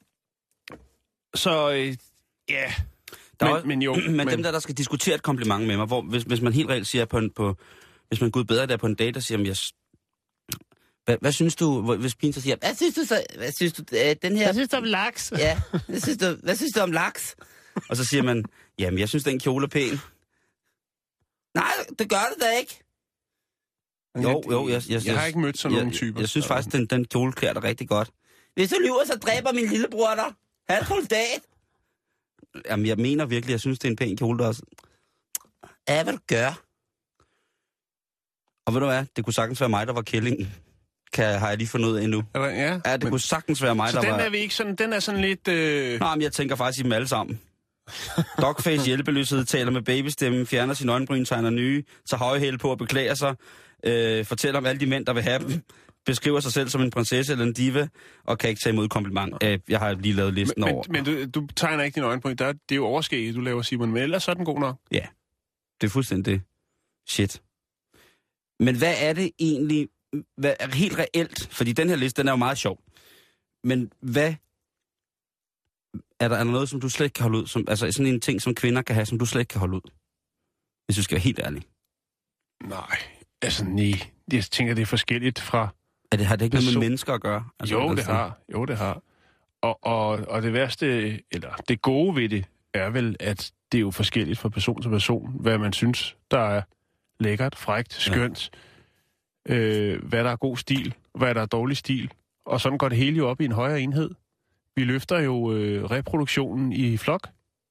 så, øh, ja... Der men, også, men jo... Men, men dem der, der skal diskutere et kompliment med mig, hvor hvis, hvis man helt reelt siger på en... På, hvis man går ud bedre der på en date og siger, jeg... Hvad, hvad synes du, hvis pigen så siger, hvad synes du så, hvad synes du, øh, den her... Hvad synes du om laks? Ja, hvad synes du, hvad synes du om laks? Og så siger man, jamen, jeg synes, den kjole er pæn. Nej, det gør det da ikke. Jo, jo, jeg... Jeg, jeg har ikke mødt sådan jeg, nogle typer. Jeg, jeg synes faktisk, den, den kjole klæder dig rigtig godt. Hvis du lyver, så dræber min lillebror dig. Han er soldat. Jamen, jeg mener virkelig, jeg synes, det er en pæn kjole, der også... Ja, hvad du gør. Og ved du hvad, det kunne sagtens være mig, der var kællingen. Kan, har jeg lige fundet ud af endnu. Ja, ja det men... kunne sagtens være mig, så der den var... Så den er vi ikke sådan, den er sådan lidt... Øh... Nej, men jeg tænker faktisk i dem alle sammen. Dogface hjælpeløshed, taler med babystemme, fjerner sin øjenbryn, tegner nye, tager høje hæl på og beklager sig, øh, fortæller om alle de mænd, der vil have dem, beskriver sig selv som en prinsesse eller en diva, og kan ikke tage imod kompliment. Øh, jeg har lige lavet listen men, over. Men, men du, du tegner ikke din øjenbryn, der, det er jo overskæg, du laver, Simon, men ellers så er den god nok. Ja, det er fuldstændig det. Shit. Men hvad er det egentlig, hvad er helt reelt, fordi den her liste, den er jo meget sjov, men hvad er der, er der noget, som du slet ikke kan holde ud? Som, altså sådan en ting, som kvinder kan have, som du slet ikke kan holde ud? Hvis du skal være helt ærlig. Nej, altså nej. Jeg tænker, det er forskelligt fra... Er det, har det ikke person... noget med mennesker at gøre? Altså, jo, det har. Jo, det har. Og, og, og det værste, eller det gode ved det, er vel, at det er jo forskelligt fra person til person, hvad man synes, der er lækkert, frækt, skønt, ja. øh, hvad der er god stil, hvad der er dårlig stil. Og sådan går det hele jo op i en højere enhed. Vi løfter jo øh, reproduktionen i flok.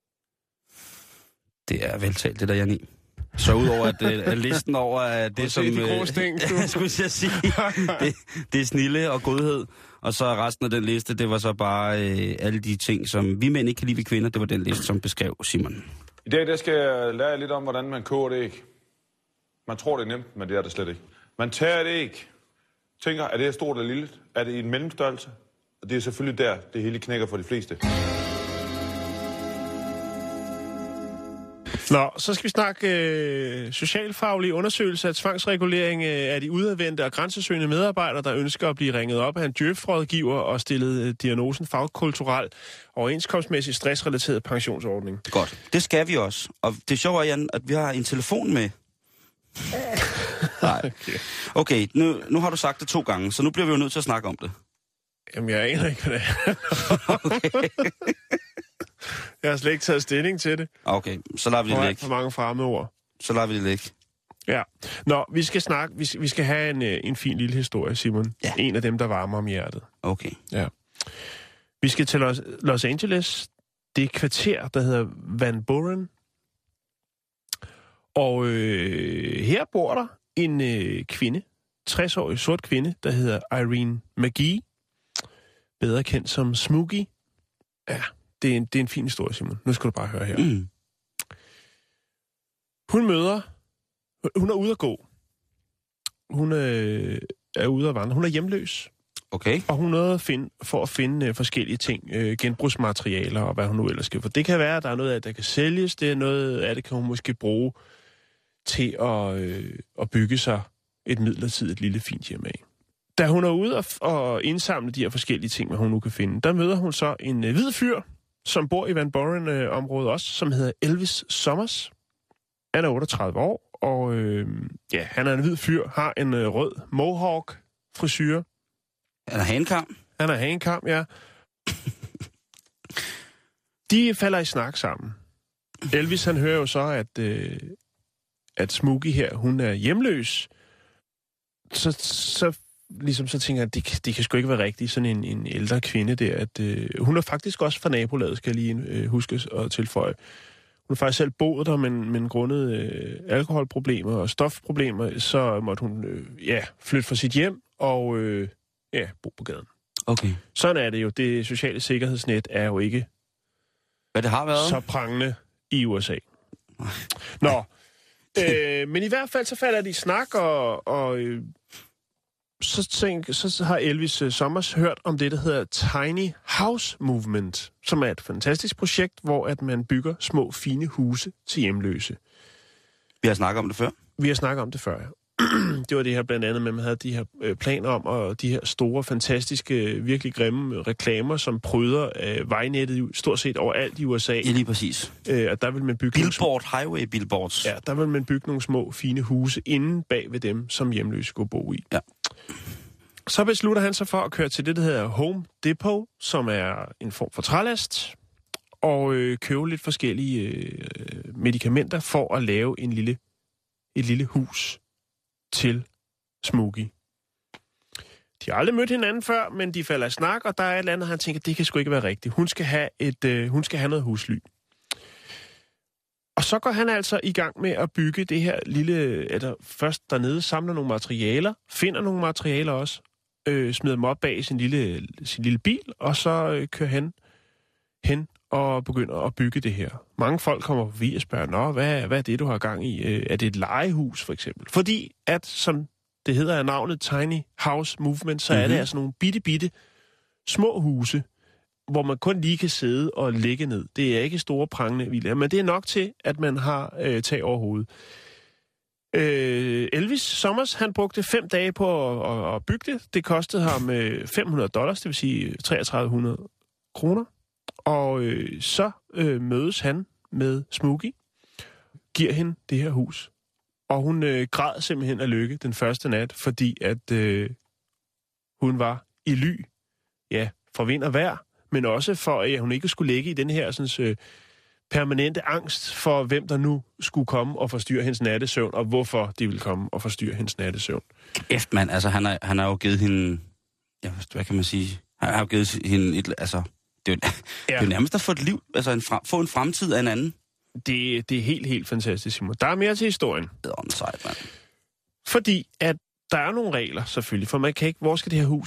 Det er veltalt, det der, Janni. Så udover at, at listen over at det, som... De grå stæng, øh, skulle jeg sige. det, det er snilde og godhed. Og så resten af den liste, det var så bare øh, alle de ting, som vi mænd ikke kan lide ved kvinder. Det var den liste, som beskrev Simon. I dag der skal jeg lære jer lidt om, hvordan man koger et æg. Man tror, det er nemt, men det er det slet ikke. Man tager et æg, tænker, er det her stort eller lille? Er det i en mellemstørrelse? Og det er selvfølgelig der, det hele knækker for de fleste. Nå, så skal vi snakke øh, socialfaglig undersøgelse af tvangsregulering øh, af de udadvendte og grænsesøgende medarbejdere, der ønsker at blive ringet op af en djøf-rådgiver og stillet øh, diagnosen fagkulturel overenskomstmæssig stressrelateret pensionsordning. Godt, det skal vi også. Og det er sjovt, Jan, at vi har en telefon med. Nej. Okay, okay nu, nu har du sagt det to gange, så nu bliver vi jo nødt til at snakke om det. Jamen, jeg aner ikke, hvad det er. Okay. Jeg har slet ikke taget stilling til det. Okay, så lader vi det ligge. For mange fremmedord. Så lader vi det ligge. Ja. Nå, vi skal snakke, vi skal, vi skal have en, en fin lille historie, Simon. Ja. En af dem, der varmer om hjertet. Okay. Ja. Vi skal til Los, Los Angeles. Det er et kvarter, der hedder Van Buren. Og øh, her bor der en øh, kvinde, tres-årig sort kvinde, der hedder Irene McGee. Bedre kendt som Smokey. Ja, det er, en, det er en fin historie, Simon. Nu skal du bare høre her. Mm. Hun møder... Hun er ude at gå. Hun øh, er ude at vandre. Hun er hjemløs. Okay. Og hun er noget at finde, for at finde øh, forskellige ting. Øh, genbrugsmaterialer og hvad hun nu ellers skal. For det kan være, at der er noget af det, der kan sælges. Det er noget af det, kan hun måske bruge til at, øh, at bygge sig et midlertidigt lille fint hjem af. Da hun er ude og, og indsamle de her forskellige ting, hvad hun nu kan finde, der møder hun så en øh, hvid fyr, som bor i Van Buren-området øh, også, som hedder Elvis Summers. Han er otteogtredive år, og øh, ja, han er en hvid fyr, har en øh, rød mohawk-frisyre. Han er hankam. Han er hankam, ja. De falder i snak sammen. Elvis, han hører jo så, at, øh, at Smokey her, hun er hjemløs. Så, så ligesom så tænker jeg, at det, det kan sgu ikke være rigtigt, sådan en, en ældre kvinde der. At, øh, hun er faktisk også fra nabolaget, skal jeg lige øh, huske at tilføje. Hun har faktisk selv boet der, men, men grundet øh, alkoholproblemer og stofproblemer, så måtte hun øh, ja, flytte fra sit hjem og øh, ja, bo på gaden. Okay. Sådan er det jo. Det sociale sikkerhedsnet er jo ikke hvad det har været så prangende i U S A. Nå, øh, men i hvert fald så falder de i snak, og, og øh, så, tænk, så har Elvis uh, Summers hørt om det, der hedder Tiny House Movement, som er et fantastisk projekt, hvor at man bygger små, fine huse til hjemløse. Vi har snakket om det før. Vi har snakket om det før, ja. Det var det her blandt andet med, at man havde de her øh, planer om, og de her store, fantastiske, virkelig grimme reklamer, som pryder øh, vejnettet stort set overalt i U S A. Ja, lige præcis. Øh, og der vil man bygge Billboard, små, highway billboards. Ja, der vil man bygge nogle små, fine huse inde bag ved dem, som hjemløse skulle bo i. Ja. Så beslutter han sig for at køre til det, der hedder Home Depot, som er en form for trælast, og øh, købe lidt forskellige øh, medicamenter for at lave en lille, et lille hus til Smokey. De har aldrig mødt hinanden før, men de falder i snak, og der er et eller andet, han tænker, det kan sgu ikke være rigtigt. Hun skal have, et, øh, hun skal have noget husly. Og så går han altså i gang med at bygge det her lille, eller først dernede, samler nogle materialer, finder nogle materialer også, øh, smider dem op bag sin lille, sin lille bil, og så øh, kører han hen og begynder at bygge det her. Mange folk kommer forbi og spørger, nå, hvad, hvad er det, du har gang i? Øh, er det et legehus, for eksempel? Fordi at, som det hedder af navnet Tiny House Movement, så mm-hmm. er det altså nogle bitte, bitte små huse, hvor man kun lige kan sidde og ligge ned. Det er ikke store prangende villaer, men det er nok til, at man har øh, tag over hovedet. Øh, Elvis Summers, han brugte fem dage på at, at, at bygge det. Det kostede ham øh, fem hundrede dollars, det vil sige treogtredive hundrede kroner. Og øh, så øh, mødes han med Smokey, giver hende det her hus. Og hun øh, græd simpelthen af lykke den første nat, fordi at øh, hun var i ly, ja, for vind og vejr, men også for, at hun ikke skulle ligge i den her sådan, øh, permanente angst for, hvem der nu skulle komme og forstyrre hendes nattesøvn, og hvorfor de ville komme og forstyrre hendes nattesøvn. Efter mand, altså han har, han har jo givet hende, ja, hvad kan man sige, han har jo givet hende et, altså, det er jo, ja. det er jo nærmest at få et liv, altså en frem, få en fremtid af en anden. Det, det er helt, helt fantastisk, Simon. Der er mere til historien. Det er sejt, mand. Fordi at der er nogle regler, selvfølgelig, for man kan ikke, hvor skal det her hus stå?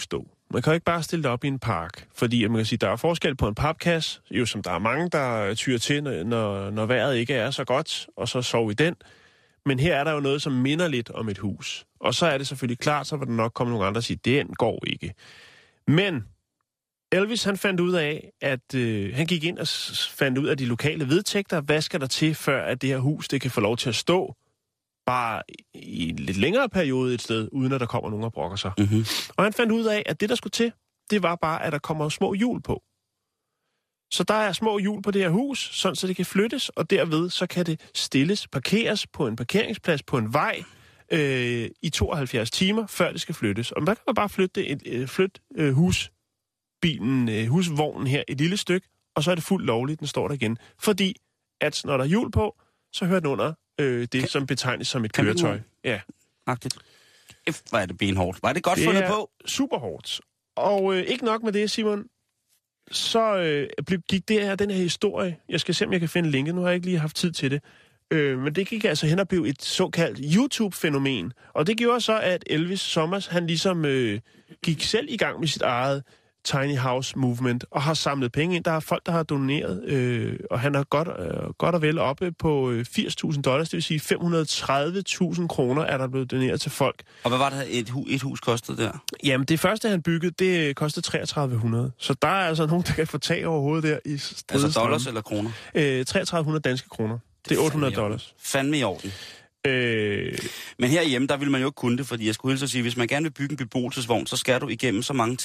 Man kan jo ikke bare stille det op i en park, fordi man kan sige, der er forskel på en papkasse, jo som der er mange, der tyrer til, når, når vejret ikke er så godt, og så sover i den. Men her er der jo noget, som minder lidt om et hus. Og så er det selvfølgelig klart, så vil der nok komme nogle andre og sige, den går ikke. Men Elvis, han fandt ud af, at øh, han gik ind og fandt ud af de lokale vedtægter. Hvad skal der til, før at det her hus, det kan få lov til at stå bare i en lidt længere periode et sted, uden at der kommer nogen og brokker sig. Mm-hmm. Og han fandt ud af, at det, der skulle til, det var bare, at der kommer små hjul på. Så der er små hjul på det her hus, sådan så det kan flyttes, og derved så kan det stilles, parkeres på en parkeringsplads på en vej øh, i tooghalvfjerds timer, før det skal flyttes. Og der kan man bare flytte, et, et, flytte øh, husbilen, øh, husvognen her et lille stykke, og så er det fuldt lovligt, den står der igen. Fordi at når der er hjul på, så hører den under øh, det, kan, som betegnes som et køretøj. Ja. Agtigt. Hvor er det benhårdt. Var det godt det fundet på? Super hårdt. Og øh, ikke nok med det, Simon. Så øh, gik det her, den her historie, jeg skal se, om jeg kan finde linket, nu har jeg ikke lige haft tid til det, øh, men det gik altså hen og blev et såkaldt YouTube-fænomen. Og det gjorde så, at Elvis Sommers, han ligesom øh, gik selv i gang med sit eget Tiny House Movement, og har samlet penge ind. Der er folk, der har doneret, øh, og han er godt, øh, godt og vel oppe på øh, firs tusind dollars, det vil sige fem hundrede og tredive tusind kroner er der blevet doneret til folk. Og hvad var det, et, hu- et hus kostede der? Jamen, det første, han byggede, det kostede treogtredive hundrede. Så der er altså nogen, der kan få tag over hovedet der i stedet. Altså dollars eller kroner? Øh, treogtredive hundrede danske kroner. Det, det er otte hundrede dollars. Fandme i orden. Øh... Men herhjemme, der vil man jo ikke kunne det, fordi jeg skulle hilse at sige, hvis man gerne vil bygge en beboelsesvogn, så skal du igennem så mange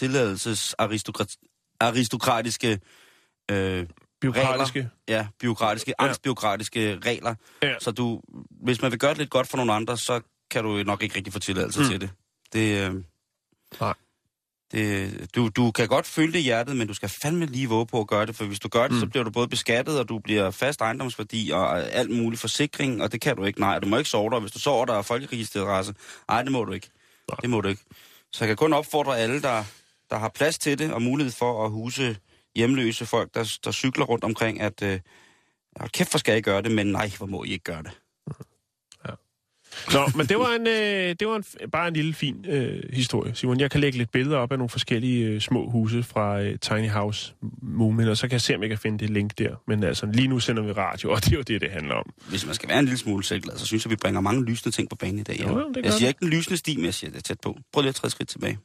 tilladelsesaristokratiske øh, Bureaukratiske. regler. Ja, bureaukratiske, ja. angstbureaukratiske regler. Ja. Så du, hvis man vil gøre det lidt godt for nogle andre, så kan du nok ikke rigtig få tilladelse mm. til det. Det, øh, Nej. det du, du kan godt føle det i hjertet, men du skal fandme lige våge på at gøre det, for hvis du gør det, mm. så bliver du både beskattet, og du bliver fast ejendomsværdi, og alt mulig forsikring, og det kan du ikke. Nej, du må ikke sove der. Hvis du sover der er folkeregisteradresse, nej, det må du ikke. Nej. Det må du ikke. Så jeg kan kun opfordre alle, der, der har plads til det, og mulighed for at huse hjemløse folk, der, der cykler rundt omkring, at øh, kæft, hvor skal I gøre det, men nej, hvor må I ikke gøre det. Ja. Nå, men det var, en, øh, det var en, bare en lille fin øh, historie, Simon. Jeg kan lægge lidt billeder op af nogle forskellige øh, små huse fra øh, Tiny House Movement, og så kan jeg se, om jeg kan finde det link der. Men altså, lige nu sender vi radio, og det er jo det, det handler om. Hvis man skal være en lille smule selvglad, så synes jeg, vi bringer mange lysende ting på banen i dag. Ja. Jo, det jeg siger ikke den lysende sti, men jeg siger det tæt på. Prøv lige at træde skridt tilbage.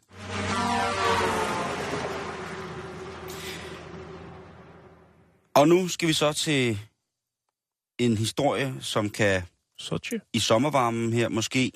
Og nu skal vi så til en historie, som kan Sochi. i sommervarmen her måske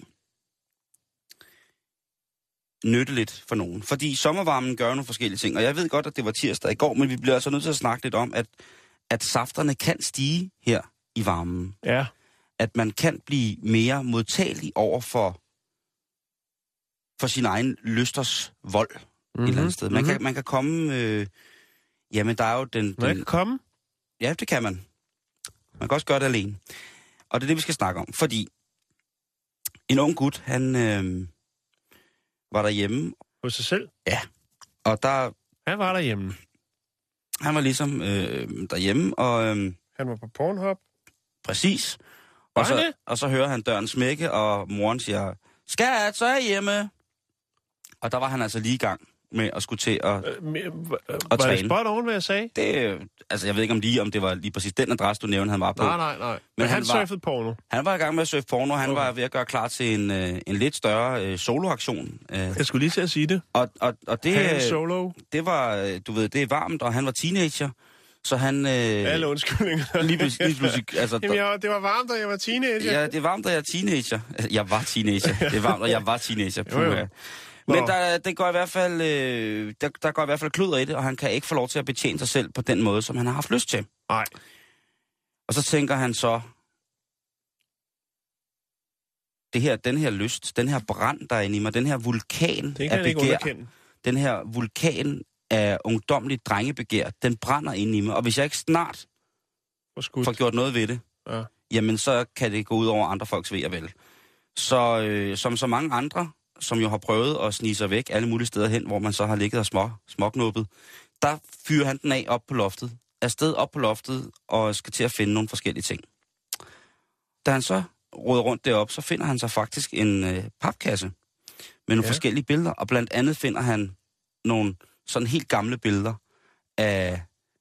nytte lidt for nogen. Fordi sommervarmen gør nogle forskellige ting, og jeg ved godt, at det var tirsdag i går, men vi bliver altså nødt til at snakke lidt om, at, at safterne kan stige her i varmen. Ja. At man kan blive mere modtagelig over for, for sin egen lysters vold mm-hmm. et eller andet sted. Man, mm-hmm. kan, man kan komme... Øh, jamen, der er jo den... den man kan komme? Ja, det kan man. Man kan også gøre det alene. Og det er det, vi skal snakke om. Fordi en ung gut, han øh, var derhjemme. Hos sig selv? Ja. Og der... Han var derhjemme? Han var ligesom øh, derhjemme, og... Øh, han var på Pornhub? Præcis. Var og, så, det? og så hører han døren smække, og moren siger, skat, så er jeg hjemme. Og der var han altså lige i gang med at skulle til at, øh, men, øh, at var træne. det spot on, hvad jeg sagde? Det, altså, jeg ved ikke om lige, om det var lige præcis den adresse, du nævnte, han var på. Nej, nej, nej. Men, Men han, han surfede porno? Han var i gang med at surfe porno. Han okay. var ved at gøre klar til en, øh, en lidt større øh, soloaktion. Øh. Jeg skulle lige til at sige det. Og, og, og det, han solo? Det var, du ved, det er varmt, og han var teenager. Så han... Øh, Alle undskyldninger. Lige pludselig... Lige pludselig altså, Jamen, jeg, det var varmt, da jeg var teenager. Ja, det er varmt, da jeg er teenager. Jeg var teenager. Det er varmt, da jeg var teenager. Puh, jo, jo. Men der, det går i hvert fald, øh, der, der går i hvert fald kludder i det, og han kan ikke få lov til at betjene sig selv på den måde, som han har haft lyst til. Nej. Og så tænker han så, det her, den her lyst, den her brand, der er inde i mig, den her vulkan af begær, den her vulkan af ungdomligt drengebegær, den brænder inde i mig. Og hvis jeg ikke snart får gjort noget ved det, ja. jamen så kan det gå ud over andre folks ved og vel. Så øh, som så mange andre, som jo har prøvet at snige sig væk alle mulige steder hen, hvor man så har ligget og små, småknuppet, der fyrer han den af op på loftet. Afsted op på loftet og skal til at finde nogle forskellige ting. Da han så råder rundt derop, så finder han så faktisk en øh, papkasse med nogle ja. forskellige billeder, og blandt andet finder han nogle sådan helt gamle billeder af,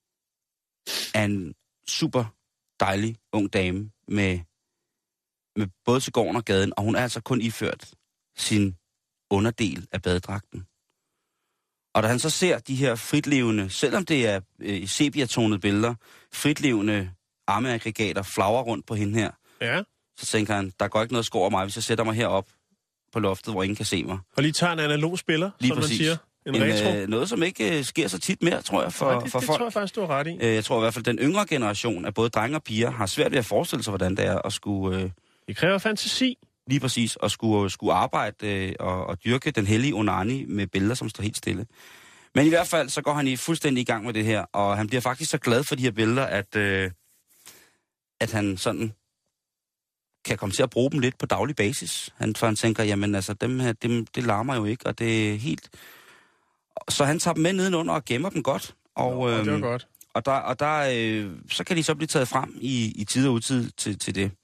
af en super dejlig ung dame med, med både til gården og gaden, og hun er altså kun iført sin underdel af badedragten. Og da han så ser de her fritlevende, selvom det er øh, sepia-tonede billeder, fritlevende armeaggregater flagrer rundt på hende her, ja. Så tænker han, der går ikke noget skår over mig, hvis jeg sætter mig herop på loftet, hvor ingen kan se mig. Og lige tager en analog spiller, lige som præcis. Man siger. En, en retro. øh, noget, som ikke øh, sker så tit mere, tror jeg, for, Nej, det, for det folk. Det tror jeg faktisk, du har ret i. Øh, jeg tror i hvert fald, den yngre generation af både drenge og piger har svært ved at forestille sig, hvordan det er at skulle... Øh, det kræver fantasi. Lige præcis, og skulle, skulle arbejde øh, og, og dyrke den hellige onani med billeder, som står helt stille. Men i hvert fald, så går han i fuldstændig i gang med det her, og han bliver faktisk så glad for de her billeder, at, øh, at han sådan kan komme til at bruge dem lidt på daglig basis. Han, for han tænker, jamen altså, dem her, dem, det larmer jo ikke, og det er helt... Så han tager dem med nedenunder og gemmer dem godt. Og, Nå, øh, det var godt. Og, der, og der, øh, så kan de så blive taget frem i, i tid og utid til, til det.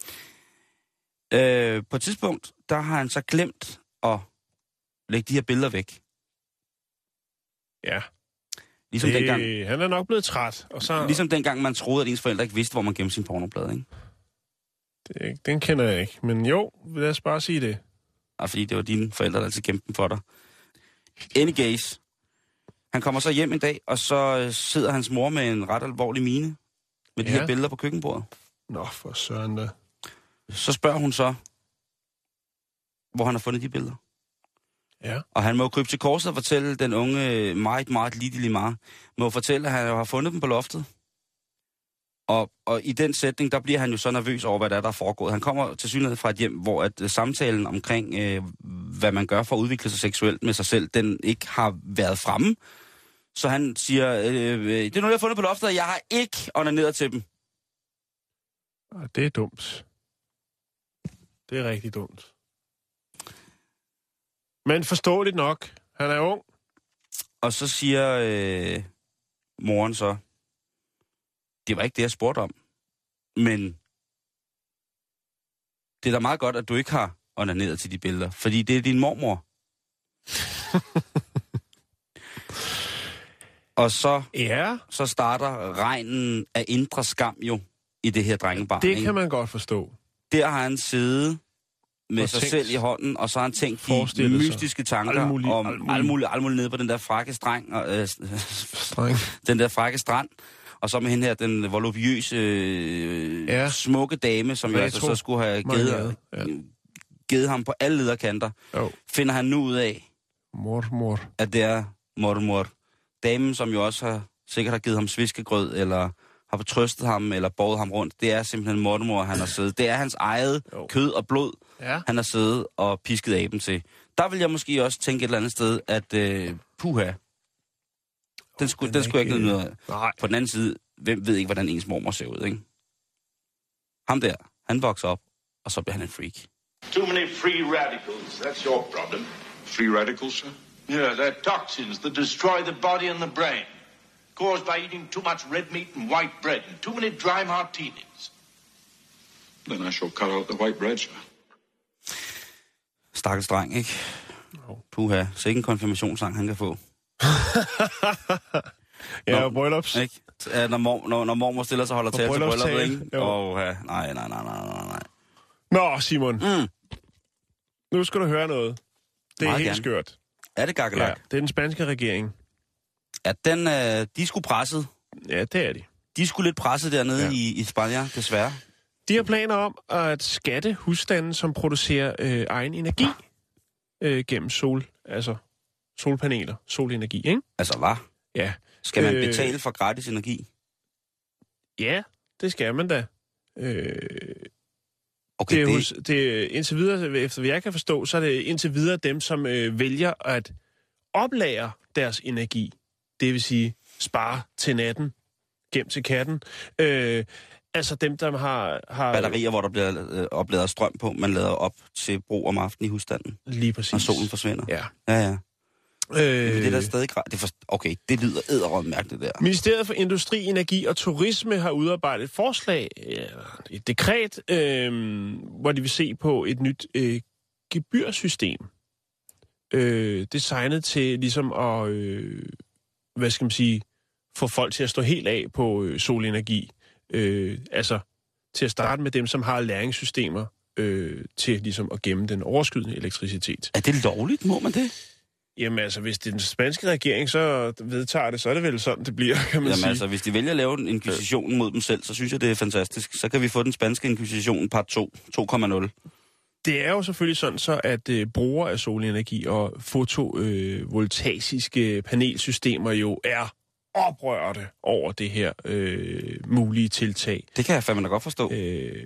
Øh, på et tidspunkt, der har han så glemt at lægge de her billeder væk. Ja. Ligesom det, dengang, han er nok blevet træt. Og så... Ligesom dengang man troede, at ens forældre ikke vidste, hvor man gemte sin pornoblade, ikke? Det, den kender jeg ikke. Men jo, lad os bare sige det. Og fordi det var dine forældre, der altid gemte dem for dig. Any case. Han kommer så hjem en dag, og så sidder hans mor med en ret alvorlig mine med de ja. her billeder på køkkenbordet. Nå, for søren da. Så spørger hun så, hvor han har fundet de billeder. Ja. Og han må krybe til korset og fortælle den unge, meget, meget lille Limar, må fortælle, at han har fundet dem på loftet. Og, og i den sætning, der bliver han jo så nervøs over, hvad der er, der er foregået. Han kommer til synlighed fra et hjem, hvor at uh, samtalen omkring, øh, hvad man gør for at udvikle sig seksuelt med sig selv, den ikke har været fremme. Så han siger, øh, det er noget, jeg har fundet på loftet, og jeg har ikke onaneret til dem. Og det er dumt. Det er rigtig dumt. Men forståeligt nok. Han er ung. Og så siger øh, moren så, det var ikke det, jeg spurgte om. Men det er da meget godt, at du ikke har onaneret til de billeder, fordi det er din mormor. Og så, ja. så starter regnen af indre skam jo i det her drengebarn. Det ikke? kan man godt forstå. Der har han siddet med og sig tænkt, selv i hånden, og så har han tænkt de mystiske tanker alt muligt, om alt muligt. alt muligt, alt muligt nede på den der frække streng, og, øh, streng. den der frække strand. Og så med hende her, den volubiøse, øh, ja. smukke dame, som jo altså så skulle have givet, ja. givet ham på alle lederkanter, oh. finder han nu ud af, mormor. at det er mormor. Damen, som jo også har, sikkert har givet ham sviskegrød, eller har fortrøstet ham, eller båret ham rundt, det er simpelthen mormor, han har siddet. Det er hans eget oh. kød og blod, ja. han har siddet og pisket aben til. Der vil jeg måske også tænke et eller andet sted, at øh, puha, Den skulle, den den skulle ikke noget af. Nej. På den anden side, hvem ved ikke, hvordan ens mormor ser ud, ikke? Ham der, han vokser op, og så bliver han en freak. Too many free radicals, that's your problem. Free radicals, sir? Yeah, they're toxins that destroy the body and the brain. Caused by eating too much red meat and white bread and too many dry martinis. Then I shall cut out the white bread, sir. Stakkels dreng, ikke? Puha, så ikke en konfirmationssang, han kan få. ja, og bryllups. Ikke? Når, mor, når, når mormor stiller sig og holder tale til brylluppet, ikke? Jo. Og, ja, nej, nej, nej, nej, nej. Nå, Simon. Mm. Nu skal du høre noget. Det er Meget helt gerne. skørt. Er det gakkelak? Ja, det er den spanske regering. Ja, den, øh, de skulle presset. Ja, det er de. De skulle lidt presset dernede ja. i, i Spanien, desværre. De har planer om at skatte husstanden, som producerer øh, egen energi øh, gennem sol, altså solpaneler, solenergi, ikke? Altså, hvad? Ja. Skal man betale for gratis energi? Ja, det skal man da. Øh, okay, det er det... Hos, det er indtil videre, efter hvad jeg kan forstå, så er det indtil videre dem, som øh, vælger at oplære deres energi. Det vil sige, spare til natten, gem til katten. Øh, altså dem, der har... har batterier, hvor der bliver øh, opladet strøm på, man lader op til brug om aftenen i husstanden. Lige præcis. Når solen forsvinder. Ja. Ja, ja. Øh, det er der stadig... Det for, okay, det lyder edderrødt mærkeligt der. Ministeriet for Industri, Energi og Turisme har udarbejdet et forslag, et dekret, øh, hvor de vil se på et nyt øh, gebyrsystem. øh, designet til ligesom at, øh, hvad skal man sige, få folk til at stå helt af på øh, solenergi. Øh, altså til at starte med dem, som har læringssystemer øh, til ligesom at gemme den overskydende elektricitet. Er det lovligt? Må man det? Jamen altså, hvis det er den spanske regering, så vedtager det, så er det vel sådan, det bliver, kan man Jamen sige. altså, hvis de vælger at lave en inkvisition mod dem selv, så synes jeg, det er fantastisk. Så kan vi få den spanske inkvisition part to, to komma nul. Det er jo selvfølgelig sådan så, at øh, brugere af solenergi og fotovoltaiske øh, panelsystemer jo er oprørte over det her øh, mulige tiltag. Det kan jeg fandme da godt forstå. Øh,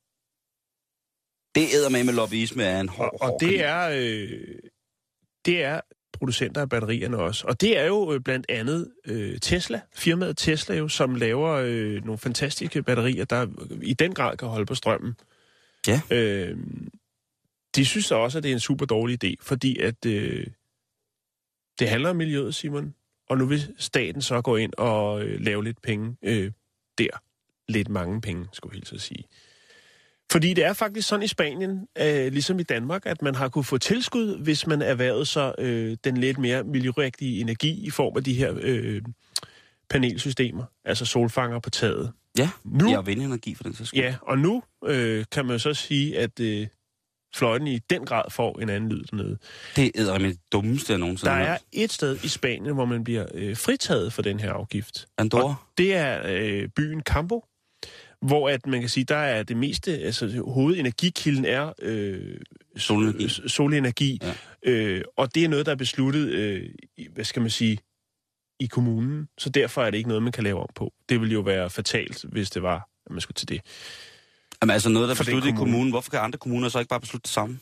det æder med med lobbyisme af en hård, Og, og hård det er, øh, det er producenter af batterierne også. Og det er jo øh, blandt andet øh, Tesla, firmaet Tesla jo, som laver øh, nogle fantastiske batterier, der i den grad kan holde på strømmen. Ja. Øh, de synes også, at det er en super dårlig idé, fordi at øh, det handler om miljøet, Simon. Og nu vil staten så gå ind og øh, lave lidt penge øh, der. Lidt mange penge, skulle jeg helt så sige. Fordi det er faktisk sådan i Spanien, øh, ligesom i Danmark, at man har kunne få tilskud, hvis man erhvervede så øh, den lidt mere miljørigtige energi i form af de her øh, panelsystemer, altså solfanger på taget. Ja, nu, ja, og vindenergi for den sags skyld. Ja, og nu øh, kan man så sige, at øh, fløjten i den grad får en anden lyd dernede. Det er med det dummeste af nogensinde. Der er et sted i Spanien, hvor man bliver øh, fritaget for den her afgift. Andorra? Og det er øh, byen Campo, hvor at man kan sige, der er det meste, altså hovedenergikilden er øh, solenergi, solenergi ja. øh, og det er noget, der er besluttet, øh, hvad skal man sige, i kommunen, så derfor er det ikke noget, man kan lave om på. Det ville jo være fatalt, hvis det var, at man skulle til det. Jamen altså noget, der er besluttet kommune. i kommunen, hvorfor kan andre kommuner så ikke bare beslutte det samme?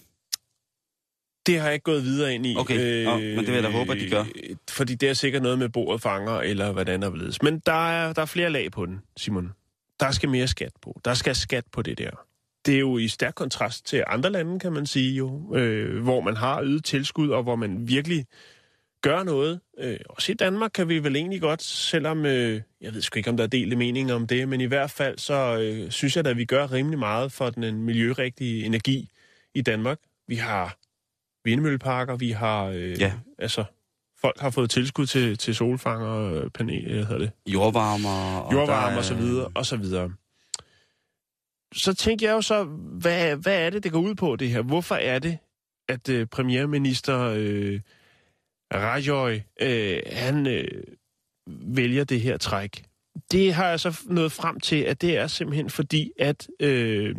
Det har jeg ikke gået videre ind i. Okay, øh, Nå, men det vil jeg da håbe, at de gør. Fordi det er sikkert noget med bordet fanger, eller hvordan der vil. Men der er, der er flere lag på den, Simon. Der skal mere skat på. Der skal skat på det der. Det er jo i stærk kontrast til andre lande, kan man sige jo, øh, hvor man har ydet tilskud, og hvor man virkelig gør noget. Øh, også i Danmark kan vi vel egentlig godt, selvom, øh, jeg ved sgu ikke, om der er delte meninger om det, men i hvert fald, så øh, synes jeg, at vi gør rimelig meget for den miljørigtige energi i Danmark. Vi har vindmølleparker, vi har, øh, ja. altså, folk har fået tilskud til, til solfanger, panel, hvad hedder det? Jordvarmer. Og Jordvarmer, og så videre, og så videre. Så tænker jeg jo så, hvad, hvad er det, det går ud på, det her? Hvorfor er det, at øh, premierminister øh, Rajoy, øh, han øh, vælger det her træk? Det har jeg så nået frem til, at det er simpelthen fordi, at øh,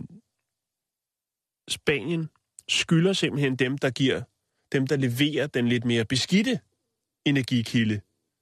Spanien skylder simpelthen dem, der giver, dem, der leverer den lidt mere beskidte energikilde,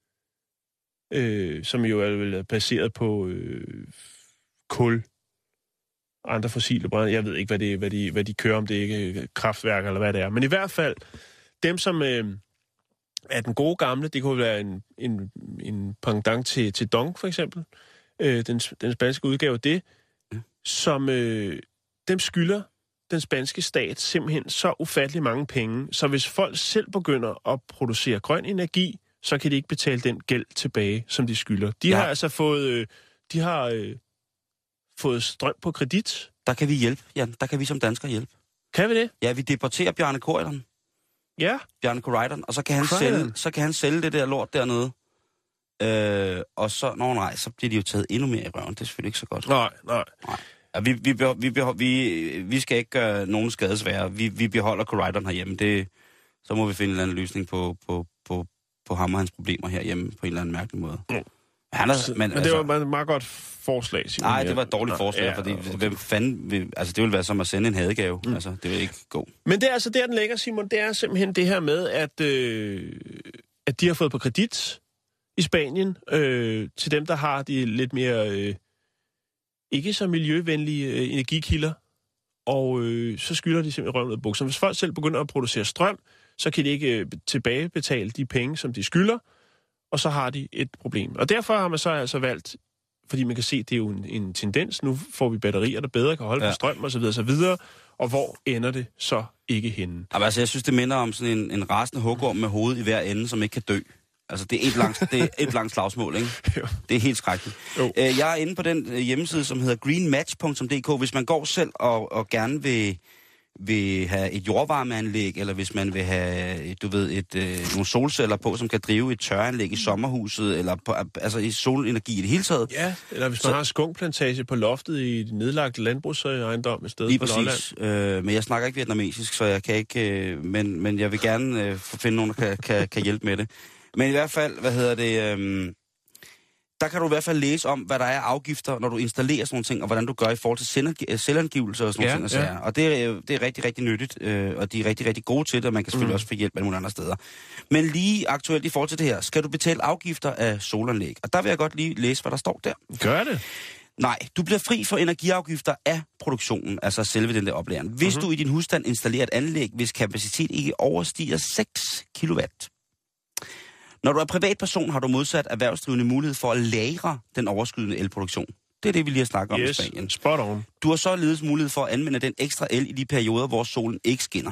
øh, som jo er vel baseret på øh, kul, andre fossile brændere. Jeg ved ikke, hvad, det, hvad, de, hvad de kører, om det ikke er kraftværker eller hvad det er. Men i hvert fald, dem som øh, er den gode gamle, det kunne være en, en, en pendant til, til Dong, for eksempel. Øh, den, den spanske udgave af det, som øh, dem skylder den spanske stat simpelthen så ufattelig mange penge, så hvis folk selv begynder at producere grøn energi, så kan de ikke betale den gæld tilbage, som de skylder. De ja. har altså fået, øh, de har øh, fået strøm på kredit. Der kan vi hjælpe, Jan. Der kan vi som danskere hjælpe. Kan vi det? Ja, vi deporterer Bjarne Corydon. Ja. Bjarne Corydon, og så kan han sælge, så kan han sælge det der lort dernede. Øh, og så, nå nej, så bliver de jo taget endnu mere i røven. Det er selvfølgelig ikke så godt. Nej, nej. nej. Ja, vi, vi, behold, vi, behold, vi, vi skal ikke gøre nogen skadesvære. Vi, vi beholder Corydon herhjemme. Det, så må vi finde en eller anden løsning på, på, på, på ham og hans problemer herhjemme på en eller anden mærkelig måde. Mm. Han er, men, men det altså, var et meget godt forslag, Simon. Nej, det var et dårligt forslag, ja, fordi okay. hvem fanden vil, altså det ville være som at sende en hadegave. Mm. Altså, det vil ikke gå. Men det er altså der, den ligger, Simon. Det er simpelthen det her med, at, øh, at de har fået på kredit i Spanien øh, til dem, der har de lidt mere øh, ikke så miljøvenlige øh, energikilder. Og øh, så skylder de simpelthen røven ud af bukserne. Hvis folk selv begynder at producere strøm, så kan de ikke øh, tilbagebetale de penge, som de skylder. Og så har de et problem. Og derfor har man så altså valgt, fordi man kan se, at det er jo en, en tendens. Nu får vi batterier, der bedre kan holde ja. på strøm og så videre, så videre. Og hvor ender det så ikke henne? Altså, jeg synes, det minder om sådan en, en rasende hugorm med hovedet i hver ende, som ikke kan dø. Altså, det er et langt, det er et langt slagsmål, ikke? Jo. Det er helt skrækkeligt. Jo. Jeg er inde på den hjemmeside, som hedder green match punktum d k. Hvis man går selv og, og gerne vil, vil have et jordvarmeanlæg, eller hvis man vil have, du ved, et, øh, nogle solceller på, som kan drive et tørreanlæg i sommerhuset, eller på, altså i solenergi i det hele taget. Ja, eller hvis man så har skunkplantage på loftet i et nedlagt landbrugsejendom et sted lige på præcis. Øh, men jeg snakker ikke vietnamesisk, så jeg kan ikke, øh, men, men jeg vil gerne øh, finde nogen, der kan, kan, kan hjælpe med det. Men i hvert fald, hvad hedder det... Øh, der kan du i hvert fald læse om, hvad der er afgifter, når du installerer sådan nogle ting, og hvordan du gør i forhold til selvangivelser og sådan ja, nogle ting. Og, ja. og det, er, det er rigtig, rigtig nyttigt, øh, og de er rigtig, rigtig gode til det, og man kan selvfølgelig mm. også få hjælp af nogle andre steder. Men lige aktuelt i forhold til det her, skal du betale afgifter af solanlæg? Og der vil jeg godt lige læse, hvad der står der. Gør det? Nej, du bliver fri for energiafgifter af produktionen, altså selve den der oplæring. Hvis mm-hmm. du i din husstand installerer et anlæg, hvis kapacitet ikke overstiger seks kilowatt. Når du er privatperson, har du modsat erhvervsdrivende mulighed for at lagre den overskydende elproduktion. Det er det, vi lige har snakket om yes, i Spanien. Spot on. Du har således mulighed for at anvende den ekstra el i de perioder, hvor solen ikke skinner.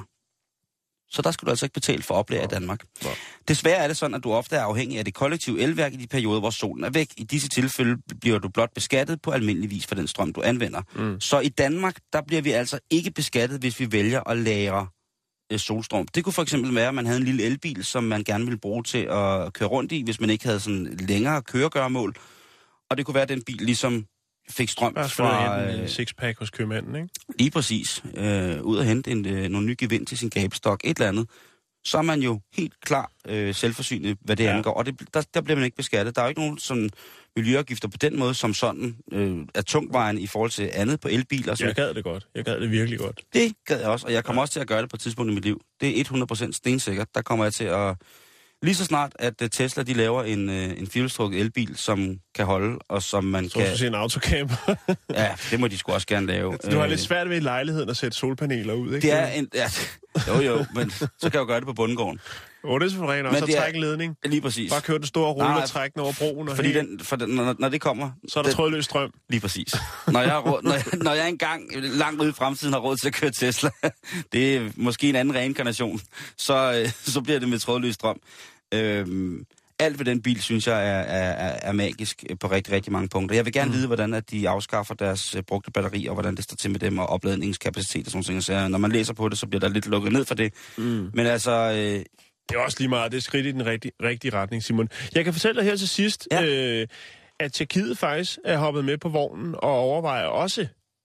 Så der skal du altså ikke betale for oplæg i Danmark. Ja. Desværre er det sådan, at du ofte er afhængig af det kollektive elværk i de perioder, hvor solen er væk. I disse tilfælde bliver du blot beskattet på almindelig vis for den strøm, du anvender. Mm. Så i Danmark, der bliver vi altså ikke beskattet, hvis vi vælger at lagre solstrøm. Det kunne for eksempel være, at man havde en lille elbil, som man gerne ville bruge til at køre rundt i, hvis man ikke havde sådan længere køregørmål. Og det kunne være, at den bil ligesom fik strøm fra... fra en sixpack hos købmanden, ikke? Lige præcis. Øh, ud at hente en, øh, nogle nye gevind til sin gabestok, et eller andet. Så er man jo helt klar øh, selvforsynet, hvad det ja. angår. Og det, der, der bliver man ikke beskattet. Der er jo ikke nogen sådan miljøafgifter på den måde, som sådan øh, er tungvejen i forhold til andet på elbiler. Jeg gad det godt. Jeg gad det virkelig godt. Det gad jeg også, og jeg kommer ja. også til at gøre det på et tidspunkt i mit liv. Det er hundrede procent stensikkert. Der kommer jeg til at... Lige så snart, at Tesla de laver en, en firehjulstrukket elbil, som kan holde, og som man så kan... Så du siger en autocamper? Ja, det må de sgu også gerne lave. Du har lidt svært ved i lejligheden at sætte solpaneler ud, ikke? Det er en... Ja, jo, jo, men så kan jeg jo gøre det på bundgården. Åh, oh, det er så rent, og så trække en ledning. Lige præcis. Bare køre den store rulle og trække den over broen. Og fordi den, for den, når, når det kommer... Så er der den, trådløs strøm. Lige præcis. Når jeg, råd, når, jeg, når jeg engang langt ude i fremtiden har råd til at køre Tesla, det er måske en anden reinkarnation, så, så bliver det med trådløs strøm. Øhm, alt ved den bil, synes jeg, er, er, er magisk på rigtig, rigtig mange punkter. Jeg vil gerne mm. vide, hvordan at de afskaffer deres uh, brugte batterier, og hvordan det står til med dem, og opladningskapacitet og sådan noget. Så når man læser på det, så bliver der lidt lukket ned for det. Mm. Men altså... Øh, det er også lige meget, det er skridt i den rigtige, rigtige retning, Simon. Jeg kan fortælle dig her til sidst, ja. øh, at Tjekkiet faktisk er hoppet med på vognen, og overvejer også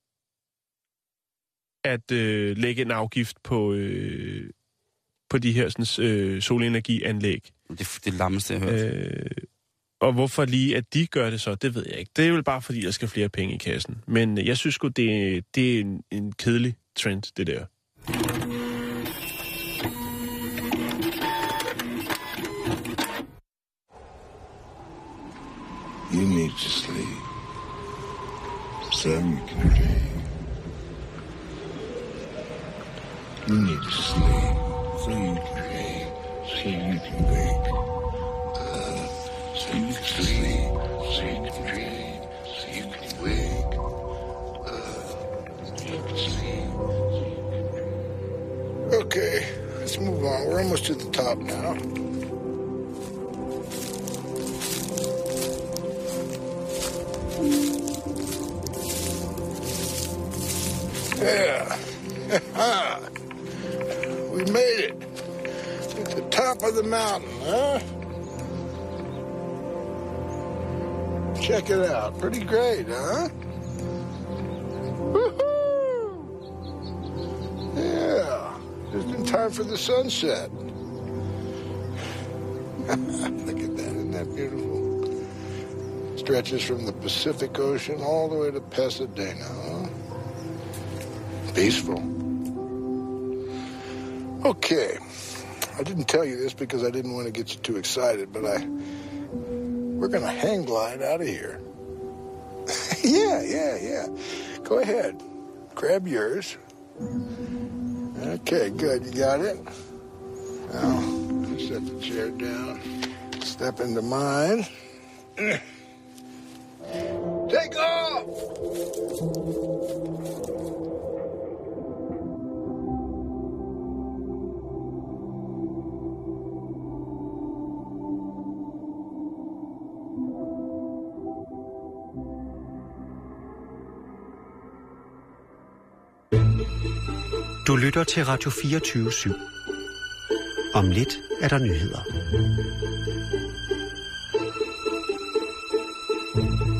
at øh, lægge en afgift på... Øh, på de her sådan, øh, solenergianlæg. Det er det lammeste, jeg har hørt. Øh, og hvorfor lige, at de gør det så, det ved jeg ikke. Det er jo bare, fordi der skal flere penge i kassen. Men jeg synes sgu, det, det er en, en kedelig trend, det der. You need to sleep. So you can dream. You need to sleep. So you can dream, so you can wake, uh, so you can sleep, so you can dream, so you can wake, uh, so you can sleep, so you can dream. Okay, let's move on. We're almost to the top now. Yeah. We made it at the top of the mountain, huh? Check it out. Pretty great, huh? Woohoo! Yeah, just in time for the sunset. Look at that. Isn't that beautiful? Stretches from the Pacific Ocean all the way to Pasadena, huh? Peaceful. Okay, I didn't tell you this because I didn't want to get you too excited, but I, we're going to hang glide out of here. yeah, yeah, yeah. Go ahead. Grab yours. Okay, good. You got it? Now, set the chair down. Step into mine. Take off! Du lytter til Radio fireogtyve syv. Om lidt er der nyheder.